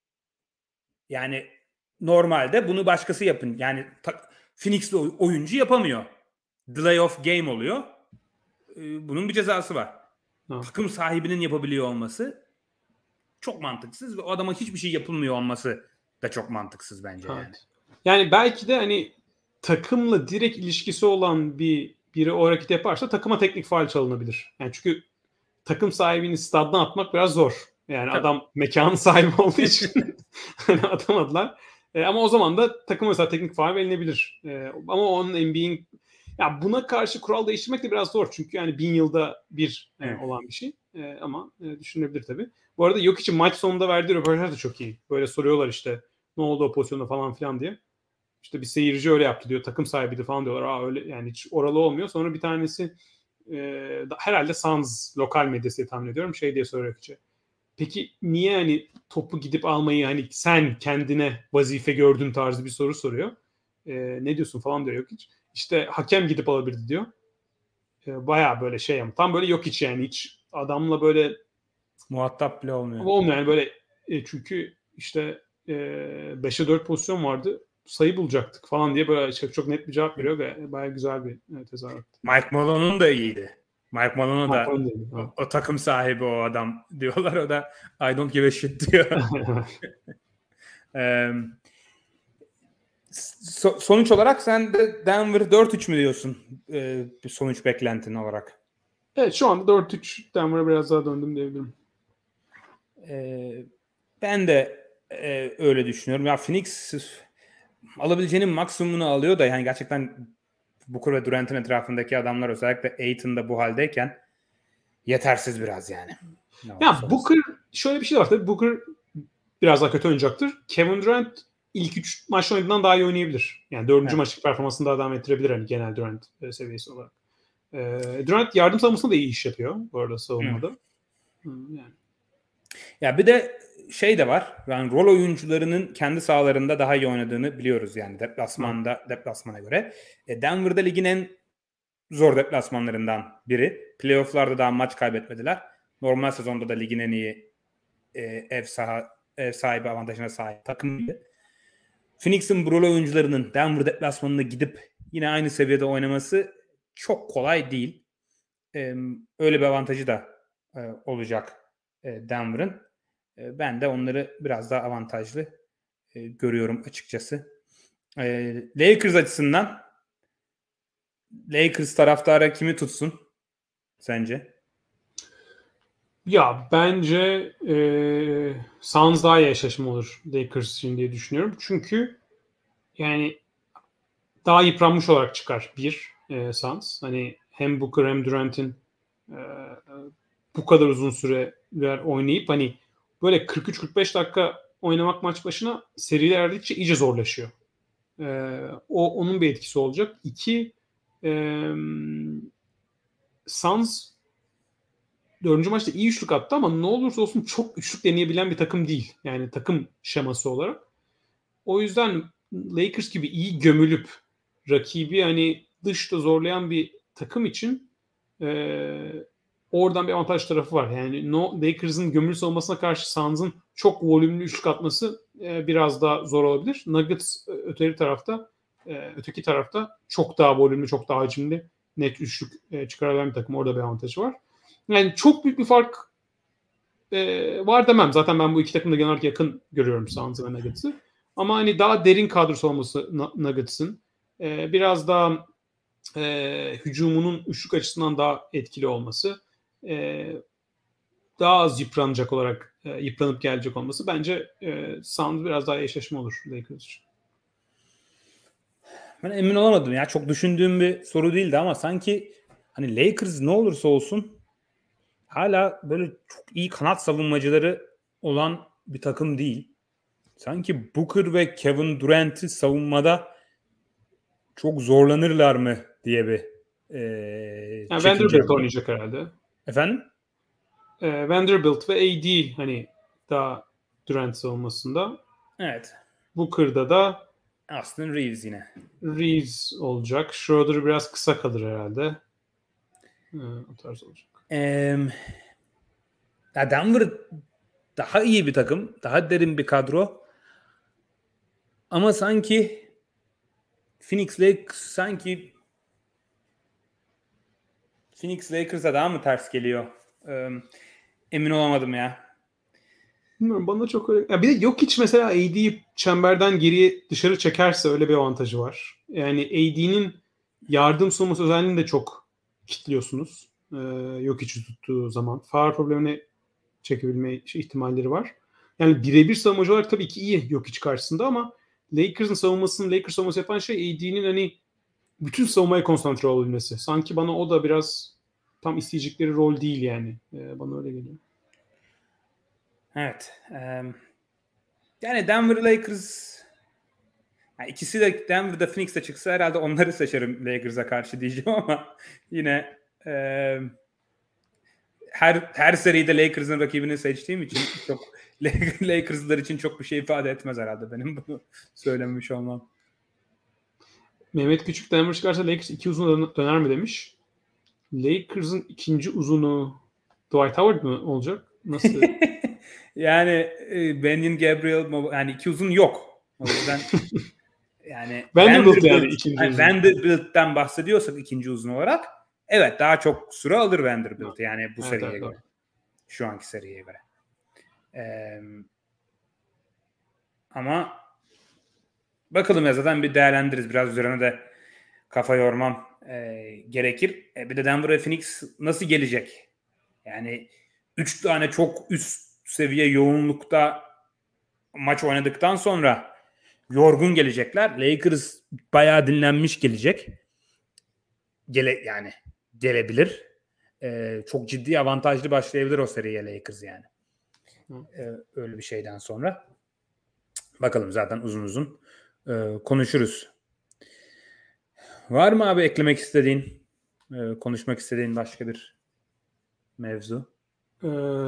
Yani normalde bunu başkası yapın. Yani ta, Phoenix'li oyuncu yapamıyor. Delay of game oluyor. Ee, bunun bir cezası var. Ha. Takım sahibinin yapabiliyor olması çok mantıksız ve o adama hiçbir şey yapılmıyor olması da çok mantıksız bence evet. yani. Yani belki de hani takımla direkt ilişkisi olan bir biri o hareketi yaparsa takıma teknik faul çalınabilir. Yani çünkü takım sahibini staddan atmak biraz zor. Yani Tabii. adam mekanın sahibi olduğu için hani atamadılar. E, ama o zaman da takım mesela teknik faul verilebilir. E, ama onun N B A'in ya buna karşı kural değiştirmek de biraz zor. Çünkü yani bin yılda bir e, olan bir şey. E, ama e, düşünülebilir tabii. Bu arada yok için maç sonunda verdiği röportaj da çok iyi. Böyle soruyorlar işte ne oldu o pozisyonda falan filan diye. İşte bir seyirci öyle yaptı diyor. Takım sahibiydi falan diyorlar. Aa öyle yani hiç oralı olmuyor. Sonra bir tanesi e, herhalde Suns lokal medyası tahmin ediyorum. Şey diye soruyor ki. Peki niye hani topu gidip almayı hani sen kendine vazife gördün tarzı bir soru soruyor. E, ne diyorsun falan diyor yok hiç. İşte hakem gidip alabilirdi diyor. E, bayağı böyle şey ama tam böyle yok hiç yani hiç adamla böyle muhatap bile olmuyor. Olmuyor yani böyle e, çünkü işte e, beşe dört pozisyon vardı. Sayı bulacaktık falan diye böyle çok, çok net bir cevap veriyor ve bayağı güzel bir evet, tezahürat. Mike Malone'un da iyiydi. Mike Malone'un da Malone o, o takım sahibi o adam diyorlar. O da I don't give a shit diyor. ee, so, sonuç olarak sen de Denver dört üç mü diyorsun ee, bir sonuç beklentin olarak? Evet şu anda dört üç Denver'a biraz daha döndüm diyebilirim. Ee, ben de e, öyle düşünüyorum. Ya Phoenix alabileceğinin maksimumunu alıyor da yani gerçekten Booker ve Durant'ın etrafındaki adamlar özellikle Ayton'da bu haldeyken yetersiz biraz yani. Ya Booker şöyle bir şey var tabii Booker biraz daha kötü oynayacaktır. Kevin Durant ilk üç maç oynadığından daha iyi oynayabilir. Yani dördüncü evet. maçlık performansını daha devam ettirebilir hani genel Durant seviyesi olarak. Ee, Durant yardım savunmasında da iyi iş yapıyor bu arada savunmada. Hı. Hı, yani. Ya bir de şey de var. Yani rol oyuncularının kendi sahalarında daha iyi oynadığını biliyoruz yani deplasmanda Hı. deplasmana göre. E, Denver'da ligin en zor deplasmanlarından biri. Playoff'larda daha maç kaybetmediler. Normal sezonda da ligin en iyi e, ev saha ev sahibi avantajına sahip takımıydı. Phoenix'in rol oyuncularının Denver deplasmanına gidip yine aynı seviyede oynaması çok kolay değil. E, öyle bir avantajı da e, olacak e, Denver'ın. E, ben de onları biraz daha avantajlı e, görüyorum açıkçası. E, Lakers açısından Lakers taraftarı kimi tutsun sence? Ya bence e, Suns daha iyi eşleşme olur Lakers için diye düşünüyorum. Çünkü yani daha yıpranmış olarak çıkar bir e, Suns. Hani hem Booker hem Durant'in e, bu kadar uzun süreler oynayıp hani böyle kırk üç kırk beş dakika oynamak maç başına seriler erdikçe iyice zorlaşıyor. E, o onun bir etkisi olacak. İki e, Suns dördüncü maçta iyi üçlük attı ama ne olursa olsun çok üçlük deneyebilen bir takım değil. Yani takım şeması olarak. O yüzden Lakers gibi iyi gömülüp rakibi hani dışta zorlayan bir takım için e, oradan bir avantaj tarafı var. Yani no, Lakers'ın gömülü savunmasına karşı Suns'ın çok volümlü üçlük atması e, biraz daha zor olabilir. Nuggets öteki tarafta e, öteki tarafta çok daha volümlü, çok daha hacimli net üçlük e, çıkarabilen bir takım. Orada bir avantajı var. Yani çok büyük bir fark e, var demem. Zaten ben bu iki takımda genel olarak yakın görüyorum Suns'ı ve Nuggets'ı. Ama hani daha derin kadrosu olması Nuggets'ın. E, biraz daha e, hücumunun üçlük açısından daha etkili olması, e, daha az yıpranacak olarak e, yıpranıp gelecek olması bence e, Suns biraz daha eşleşme olur Lakers için. Ben emin olamadım ya. Çok düşündüğüm bir soru değildi ama sanki hani Lakers ne olursa olsun hala böyle çok iyi kanat savunmacıları olan bir takım değil. Sanki Booker ve Kevin Durant'i savunmada çok zorlanırlar mı diye bir e, Yani çekincem Vanderbilt var. oynayacak herhalde. Efendim? E, Vanderbilt ve A D hani daha Durant savunmasında. Evet. Booker'da da Austin Reeves yine. Reeves olacak. Schroeder biraz kısa kalır herhalde. E, o tarz olacak. Ee, ya Denver daha iyi bir takım. Daha derin bir kadro. Ama sanki Phoenix Lakers sanki Phoenix Lakers'a daha mı ters geliyor? Ee, emin olamadım ya. Bilmiyorum, bana çok öyle. Ya bir de yok hiç mesela A D'yi çemberden geriye dışarı çekerse öyle bir avantajı var. Yani A D'nin yardım savunması özelliğini de çok kitliyorsunuz. Ee, yok hiç tuttuğu zaman. Foul problemine çekebilme ihtimalleri var. Yani birebir savunmacı olarak tabii ki iyi yok hiç karşısında ama Lakers'ın savunmasını Lakers savunması yapan şey A D'nin hani bütün savunmaya konsantre olabilmesi. Sanki bana o da biraz tam isteyecekleri rol değil yani. Ee, bana öyle geliyor. Evet. E, yani Denver Lakers yani ikisi de Denver'da Phoenix'te çıksa herhalde onları seçerim Lakers'a karşı diyeceğim ama yine e, her her seride Lakers'ın rakibini seçtiğim için çok Lakers'lar için çok bir şey ifade etmez herhalde benim bunu söylemiş olmam. Mehmet Küçük Denver çıkarsa Lakers iki uzun döner mi demiş. Lakers'ın ikinci uzunu Dwight Howard mı olacak? Nasıl? yani e, Benyon Gabriel yani iki uzun yok. O yüzden yani Vanderbilt, Vanderbilt yani ikinci yani uzun. Vanderbilt'ten bahsediyorsak ikinci uzun olarak evet daha çok süre alır Vanderbilt yani bu Evet, seriye evet, göre. evet. Şu anki seriye göre. Ee, ama bakalım ya zaten bir değerlendiririz. Biraz üzerine de kafa yormam e, gerekir. E, bir de Denver ve Phoenix nasıl gelecek? Yani üç tane çok üst seviye yoğunlukta maç oynadıktan sonra yorgun gelecekler. Lakers bayağı dinlenmiş gelecek. Gele yani gelebilir. E, çok ciddi avantajlı başlayabilir o seriye Lakers yani. E, öyle bir şeyden sonra. Bakalım zaten uzun uzun e, konuşuruz. Var mı abi eklemek istediğin, e, konuşmak istediğin başka bir mevzu? Ee,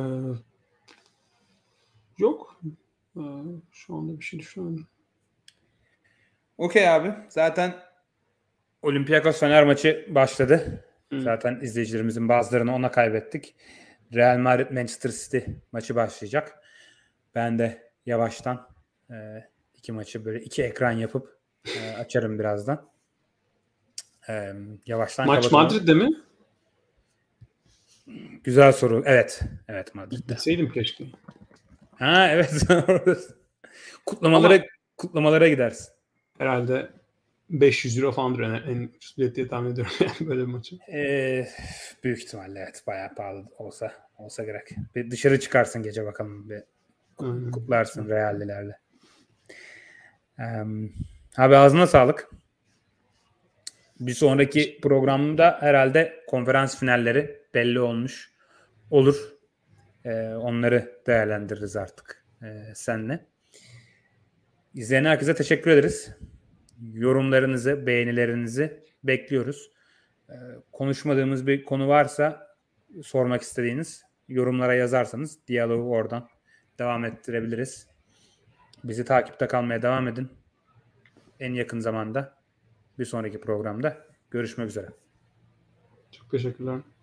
yok. Ee, şu anda bir şey düşünüyorum. Okey abi. Zaten Olympiakos Fener maçı başladı. Hı. Zaten izleyicilerimizin bazılarını ona kaybettik. Real Madrid Manchester City maçı başlayacak. Ben de yavaştan e, iki maçı böyle iki ekran yapıp e, açarım birazdan. E, yavaştan Maç kapatalım. Madrid'de mi? Güzel soru. Evet. Evet Madrid'de. Gitseydim keşke. Ha evet. kutlamalara Ama kutlamalara gidersin. herhalde beş yüz euro falandır en, en ucuz bilet diye tahmin ediyorum yani böyle bir maçı. Ee, büyük ihtimalle evet. Bayağı pahalı olsa olsa gerek. Bir dışarı çıkarsın gece bakalım. Bir Aynen. kutlarsın Reallilerle. Ee, abi ağzına sağlık. Bir sonraki programda herhalde konferans finalleri belli olmuş olur. Ee, onları değerlendiririz artık ee, seninle. İzleyen herkese teşekkür ederiz. Yorumlarınızı, beğenilerinizi bekliyoruz. Ee, konuşmadığımız bir konu varsa sormak istediğiniz yorumlara yazarsanız diyaloğu oradan devam ettirebiliriz. Bizi takipte kalmaya devam edin. En yakın zamanda bir sonraki programda görüşmek üzere. Çok teşekkürler.